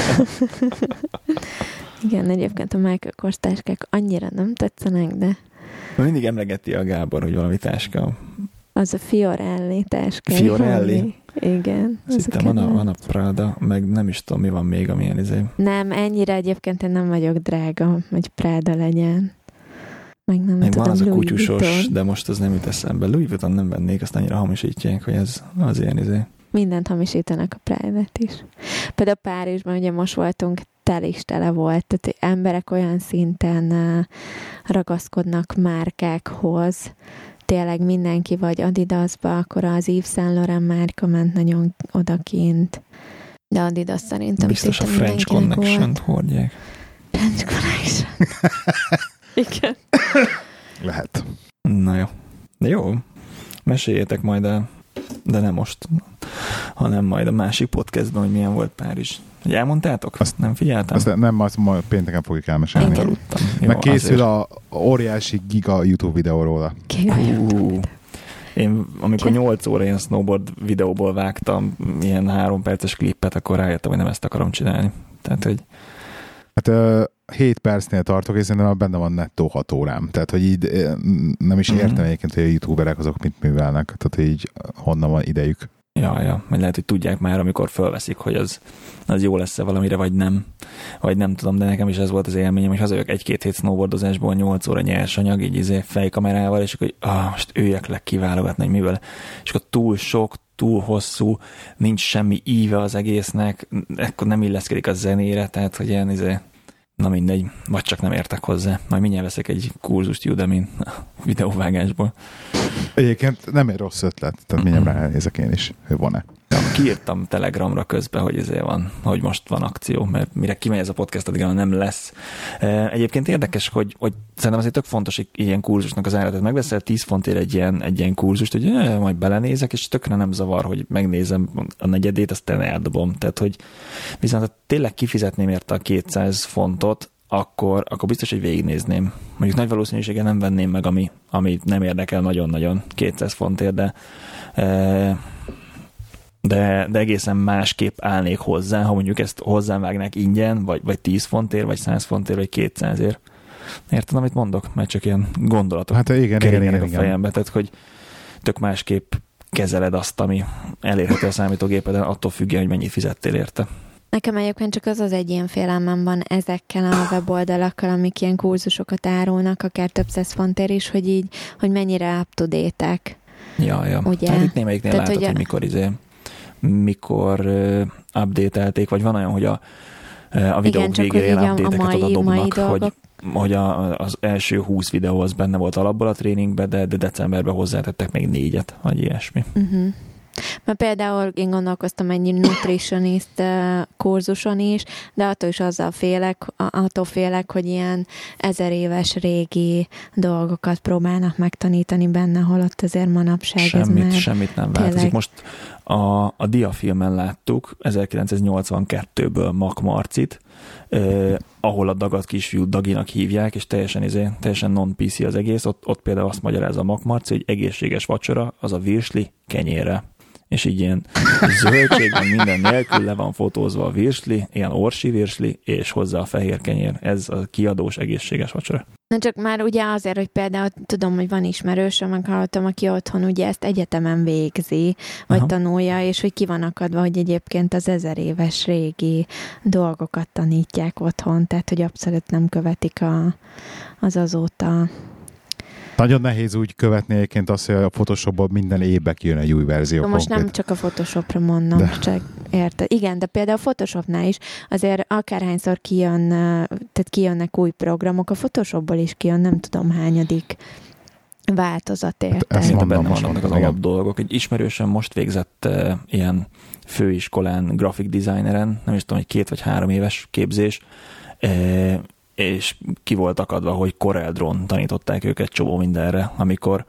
Igen, egyébként a Michael Kors táskák annyira nem tetszenek, de... Mindig emlegeti a Gábor, hogy valami táska. Az a Fiorelli táska. Fiorelli? Igen. Szerintem van a Prada, meg nem is tudom, mi van még, amilyen izé. Nem, ennyire egyébként én nem vagyok drága, hogy Prada legyen. Meg nem tudom, van az Louis a kutyusos, Vuitton. de most az nem jut eszembe. Louis Vuitton nem vennék, azt annyira hamisítják, hogy ez az ilyen izé. Mindent hamisítanak a Private is. Például Párizsban ugye most voltunk, tele volt, tehát emberek olyan szinten ragaszkodnak márkákhoz, tényleg mindenki vagy Adidasba, akkor az Yves Saint Laurent márka ment nagyon odakint, de Adidas szerintem biztos a French Connection-t hordják. French Connection. Igen. Lehet. Na jó. De jó. Meséljétek majd de nem most, hanem majd a másik podcastban, hogy milyen volt Párizs. Hogy elmondtátok? Azt nem figyeltem? Azt nem, azt majd pénteken fogjuk elmesélni. Aludtam. Meg készül a óriási giga YouTube videó róla. Én amikor 8 óra ilyen snowboard videóból vágtam ilyen 3 perces klippet, akkor rájöttem, hogy nem ezt akarom csinálni. Tehát, hogy... Hát 7 percnél tartok, és szerintem benne van nettó 6 órám. Tehát, hogy így nem is értem egyébként, hogy a youtuberek azok mit művelnek. Tehát, hogy így honnan van idejük. Ja, majd lehet, hogy tudják már, amikor fölveszik, hogy az jó lesz-e valamire, vagy nem. Vagy nem tudom, de nekem is ez volt az élményem, hogy hazajövök 1-2 hét snowboardozásból 8 óra nyersanyag, így fejkamerával, és akkor most üljek le kiválogatni, hogy mivel. És akkor túl sok, túl hosszú, nincs semmi íve az egésznek, akkor nem illeszkedik a zenére, tehát, hogy ilyen na mindegy, vagy csak nem értek hozzá. Majd mindjárt veszek egy kurzust Udemy-n a videóvágásból. Egyébként nem egy rossz ötlet, tehát mindjárt ránézek én is, hogy van-e. Kiírtam Telegramra közben, hogy ezért van, hogy most van akció, mert mire kimegy ez a podcast, addig nem lesz. Egyébként érdekes, hogy szerintem azért tök fontos, hogy ilyen kurzusnak az ára, tehát megveszel 10 fontért egy ilyen kurzust, hogy majd belenézek, és tökre nem zavar, hogy megnézem a negyedét, aztán eldobom. Tehát, hogy viszont ha tényleg kifizetném érte a 200 fontot, akkor biztos, hogy végignézném. Mondjuk nagy valószínűséggel nem venném meg, ami nem érdekel nagyon-nagyon 200 fontért, de egészen másképp állnék hozzá, ha mondjuk ezt hozzám vágnák ingyen, vagy 10 fontért, vagy 100 fontért, vagy 200-ért. Érted, amit mondok? Mert csak ilyen gondolatok keringjenek a fejembe, tehát hogy tök másképp kezeled azt, ami elérhető a számítógépeden, attól függően, hogy mennyit fizettél érte. Nekem egyébként csak az egy ilyen félelmem van ezekkel a weboldalakkal, amik ilyen kurzusokat árulnak, akár több 100 fontért is, hogy mennyire up-to-date-ek. Ja. Ugye? Hát itt némelyiknél tehát, látod, hogy mikor update-elték, vagy van olyan, hogy a videók végére ilyen update-eket odaadnak, hogy az első 20 videó az benne volt alapból a tréningbe, de decemberben hozzátettek még 4-et, vagy ilyesmi. Uh-huh. Mert például én gondolkoztam egy nutritionist kurzuson is, de attól félek, hogy ilyen 1000 éves régi dolgokat próbálnak megtanítani benne, holott azért manapság Semmit nem változik. Most a diafilmen láttuk 1982-ből Mac Marcit, ahol a dagat kisfiút Daginak hívják, és teljesen non-PC az egész. Ott például azt magyarázza a Mac Marci, hogy egészséges vacsora az a virsli kenyérre. És így ilyen zöldségben minden nélkül le van fotózva a virsli, ilyen orsi virsli, és hozzá a fehér kenyér. Ez a kiadós egészséges vacsora. Na csak már ugye azért, hogy például tudom, hogy van ismerősöm, meghallottam, aki otthon ugye ezt egyetemen végzi, vagy tanulja, és hogy ki van akadva, hogy egyébként az 1000 éves régi dolgokat tanítják otthon, tehát hogy abszolút nem követik az azóta. Nagyon nehéz úgy követni egyébként azt, hogy a Photoshopból minden évben kijön egy új verzió. Na most nem csak a Photoshopra mondom, csak érted. Igen, de például a Photoshopnál is azért akárhányszor kijönnek új programok, a Photoshopból is kijön, nem tudom hányadik változat, érted. Szinte benne vannak az alap dolgok. Egy ismerősen most végzett ilyen főiskolán graphic designeren, nem is tudom, hogy 2 vagy 3 éves képzés, és ki volt akadva, hogy CorelDRAW-n tanították őket csomó mindenre, amikor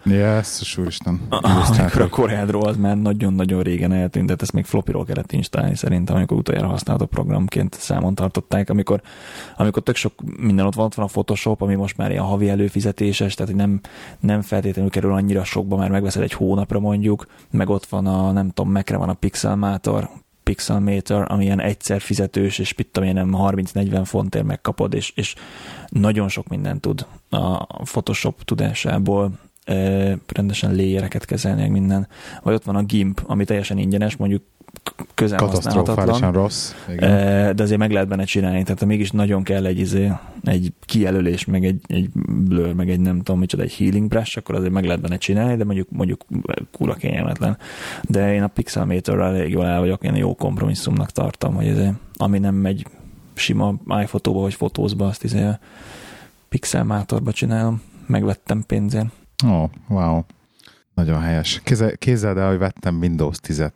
a CorelDRAW az már nagyon-nagyon régen eltűnt, tehát ezt még floppyról kellett installálni szerintem, amikor utoljára használható programként számon tartották, amikor tök sok minden ott van a Photoshop, ami most már ilyen havi előfizetéses, tehát hogy nem feltétlenül kerül annyira sokba, már megveszed egy hónapra mondjuk, meg ott van nem tudom, Mac-re van a Pixelmator, ami ilyen egyszer fizetős, és nem 30-40 fontért megkapod, és nagyon sok mindent tud a Photoshop tudásából, rendesen layereket kezelni, meg minden. Vagy ott van a GIMP, ami teljesen ingyenes, mondjuk közel használhatatlan. Rossz. De azért meg lehet benne csinálni, tehát mégis nagyon kell egy kijelölés, meg egy blur, meg egy nem tudom micsoda, egy healing brush, akkor azért meg lehet benne csinálni, de mondjuk kúra kényelmetlen. De én a Pixelmatorral elég jól el vagyok, én jó kompromisszumnak tartom, hogy ez, ami nem megy sima iPhotóba vagy fotózba, azt Pixelmatorba csinálom, megvettem pénzért. Wow. Nagyon helyes. Kézzel el, hogy vettem Windows 10-et.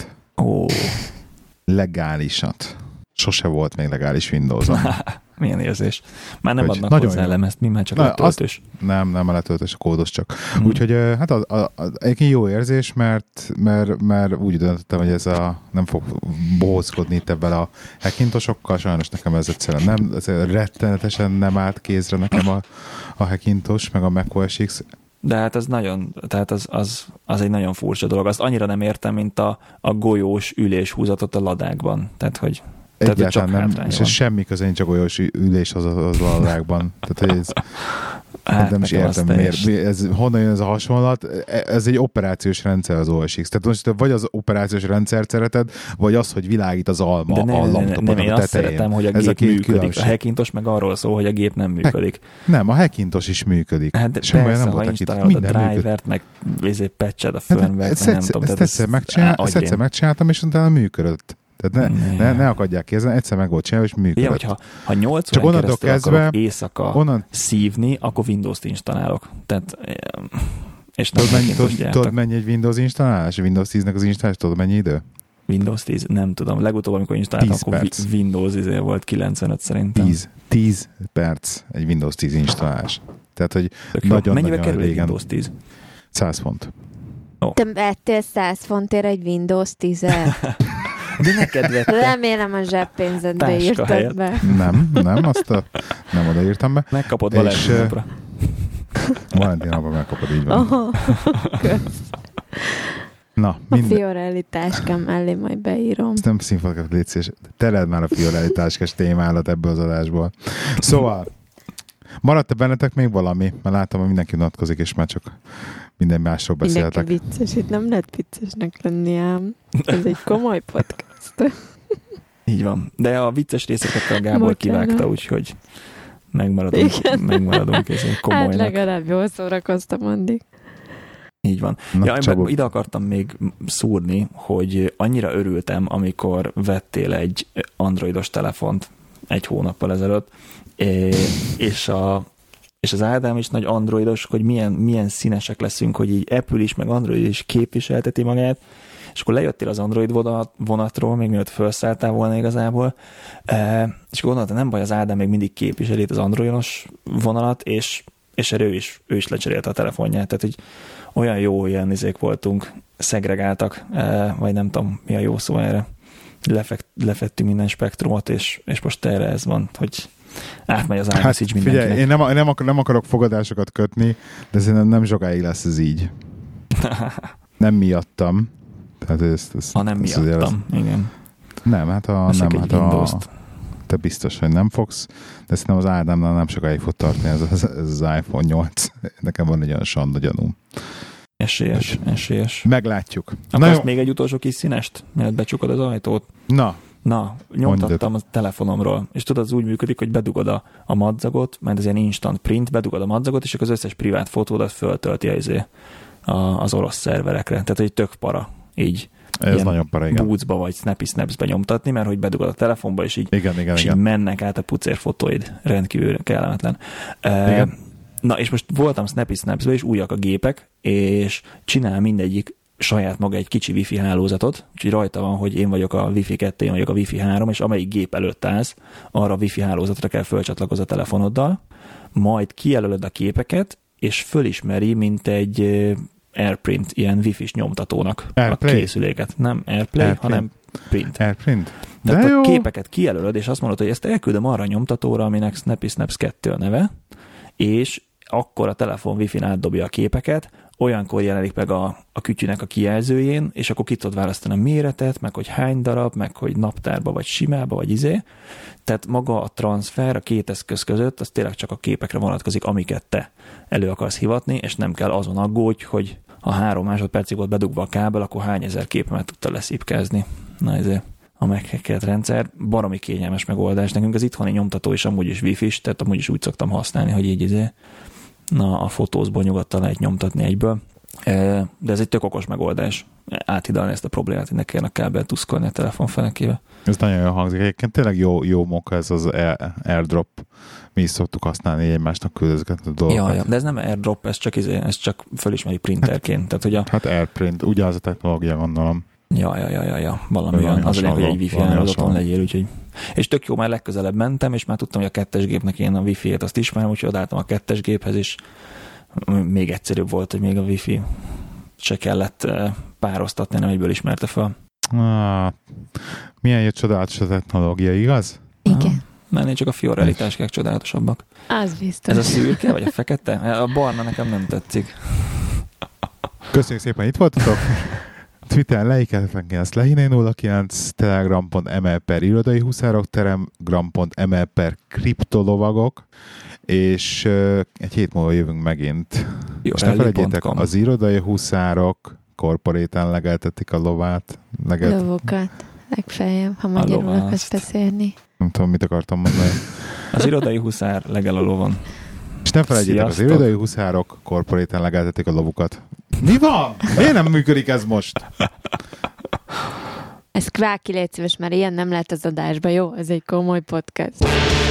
Legálisat. Sose volt még legális Windows-on. Milyen érzés. Már nem adnak hozzá lemezt, mi már csak letöltős. Nem a letöltős, a kódos csak. Úgyhogy hát egyébként jó érzés, mert úgy döntöttem, hogy nem fog bohózkodni itt ebben a Hackintosokkal, sajnos nekem ez egyszerűen rettenetesen nem állt kézre nekem a Hackintos, meg a macOS X. De hát az egy nagyon furcsa dolog. Azt annyira nem értem, mint a golyós üléshúzatot a ladákban. Tehát, hogy egyáltalán nem, és semmi köze nincs a golyós ülés az ladákban. Tehát, hogy nem is értem, miért. Honnan jön ez a hasonlat? Ez egy operációs rendszer az OS X. Tehát most vagy az operációs rendszert szereted, vagy az, hogy világít az alma a laptopon a tetején. Én azt szeretem, hogy a gép működik. Különbség. A Hackintos meg arról szól, hogy a gép nem működik. Nem, a Hackintos is működik. Hát persze, ha installálod a drivert, meg patched a firmware-t, nem tudom. Ezt egyszer megcsináltam, és utána működött. Tehát ne akadják ki, egyszer meg volt csinálva, és működött. Ja, ha 8 órán keresztül akarok éjszaka szívni, akkor Windows-t installálok. Tehát, és tudod, mennyi egy Windows installálás? Windows 10-nek az installálás, tudod, mennyi idő? Windows 10, nem tudom. Legutóbb, amikor installáltam, akkor Windows volt 95 szerintem. 10 perc egy Windows 10 installálás. Tehát, hogy nagyon-nagyon mennyibe kerül egy Windows 10? 100 font. Te vettél 100 fontért egy Windows 10-et? De neked vettem. Remélem a zseppénzedbe írtad be. Nem, nem odaírtam be. Megkapod Valentin napra. Valentin napra megkapod, így van. Na, a Fiorelli táskám mellé majd beírom. Ezt nem színfokat légy szíves. Teled már a Fiorelli táskás témálat ebből az adásból. Szóval, maradt-e bennetek még valami? Mert látom, hogy mindenki unatkozik, és már csak minden másról beszéltek. Mindenki vicces, itt nem lehet viccesnek lenni ám. Ez egy komoly podcast. Így van. De a vicces részeket a Gábor kivágta, úgyhogy megmaradunk és komolynak. Hát legalább jól szórakoztam addig. Így van. Ide akartam még szúrni, hogy annyira örültem, amikor vettél egy androidos telefont 1 hónappal ezelőtt, és az Ádám is nagy androidos, hogy milyen színesek leszünk, hogy így Apple is, meg Android is képviselteti magát, és akkor lejöttél az Android vonatról, még mielőtt felszálltál volna igazából, és gondoltam, nem baj, az Ádám még mindig képviseli az androidos vonalat, és ő is lecserélte a telefonját, tehát hogy olyan jó ilyen izék voltunk, szegregáltak, vagy nem tudom, mi a jó szó erre. Lefettünk minden spektrumot, és most erre ez van, hogy átmegy az iMessage mindenkinek. Figyelj, én nem akarok fogadásokat kötni, de szerintem nem sokáig lesz ez így. Nem miattam. Tehát nem miattam, igen. Nem, te biztos, hogy nem fogsz, de szerintem az Ádámnál nem sokáig fog tartani ez az iPhone 8. Nekem van egy olyan sanda gyanúm. Esélyes. Meglátjuk. Akarsz még egy utolsó kis színest, mielőtt becsukod az ajtót? Na, nyomtattam a telefonomról, és tudod, az úgy működik, hogy bedugod a madzagot, mert ez ilyen instant print, bedugod a madzagot, és akkor az összes privát fotódat föltölti az orosz szerverekre. Tehát egy tök para, így. Ez nagyon para, igen. Bootsba vagy Snappy-Snaps-be nyomtatni, mert hogy bedugod a telefonba, és így, így mennek át a pucér fotóid. Rendkívül kellemetlen. Na, és most voltam Snappy-Snaps-be, és újak a gépek, és csinál mindegyik saját maga egy kicsi wifi hálózatot, úgyhogy rajta van, hogy én vagyok a wifi 2, én vagyok a wifi 3, és amelyik gép előtt állsz, arra a wifi hálózatra kell fölcsatlakozni a telefonoddal, majd kijelölöd a képeket, és fölismeri, mint egy AirPrint, ilyen wifi-s nyomtatónak a készüléket. Nem AirPlay, hanem Print. AirPrint. Tehát a képeket kijelölöd, és azt mondod, hogy ezt elküldöm arra a nyomtatóra, aminek Snappy-Snaps 2 a neve, és akkor a telefon wifi-n átdobja a képeket, olyankor jelenik meg a kütyűnek a kijelzőjén, és akkor ki tudod választani a méretet, meg hogy hány darab, meg hogy naptárba, vagy simába, vagy izé. Tehát maga a transfer a két eszköz között, az tényleg csak a képekre vonatkozik, amiket te elő akarsz hivatni, és nem kell azon aggódj, hogy ha 3 másodpercig volt bedugva a kábel, akkor hány ezer képemet tudta leszipkázni. Na ezért a meghackelt rendszer, baromi kényelmes megoldás. Nekünk az itthoni nyomtató is amúgy is wifi-s, tehát amúgy is úgy szoktam használni, hogy így a fotózból nyugodtan lehet nyomtatni egyből. De ez egy tök okos megoldás. Áthidalni ezt a problémát, hogy ne kelljen a kábel tuszkolni a telefon fenekébe. Ez nagyon jól hangzik. Egyébként tényleg jó munka ez az AirDrop. Mi is szoktuk használni egymásnak küldözgetni a dolgokat. Ja, de ez nem AirDrop, ez csak fölismeri printerként. Tehát, hogy hát AirPrint, ugye az a technológia, gondolom. Ja. Valami olyan. Az hogy egy wifi hálózaton legyél, úgyhogy. És tök jó, már legközelebb mentem, és már tudtam, hogy a 2-es gépnek én a wifi-et azt ismerem, úgyhogy odaálltam a 2-es géphez, és még egyszerűbb volt, hogy még a wifi se kellett pároztatni, nem egyből ismerte fel. Milyen jó csodálatos a technológia, igaz? Igen. Mennél csak a fiorrealitáskák csodálatosabbak. Az biztos. Ez a szürke, vagy a fekete? A barna nekem nem tetszik. Köszönjük szépen, itt voltatok. Twitteren leikeletetlenként ezt Lehiné09, telegram.me/irodai huszárok, telegram.me/, kriptolovagok, és egy hét múlva jövünk megint. És ne felejtjétek, az irodai huszárok korporétán legeltetik a lovát. Lovokat, legfeljebb, ha magyarul akarsz beszélni. Nem tudom, mit akartam mondani. Az irodai huszár legel a lovon. És ne felejtjétek, az irodai huszárok korporétán legeltetik a lovukat. Mi van? Miért nem működik ez most? Ez kváki, légy szíves, mert ilyen nem lehet az adásba, jó? Ez egy komoly podcast.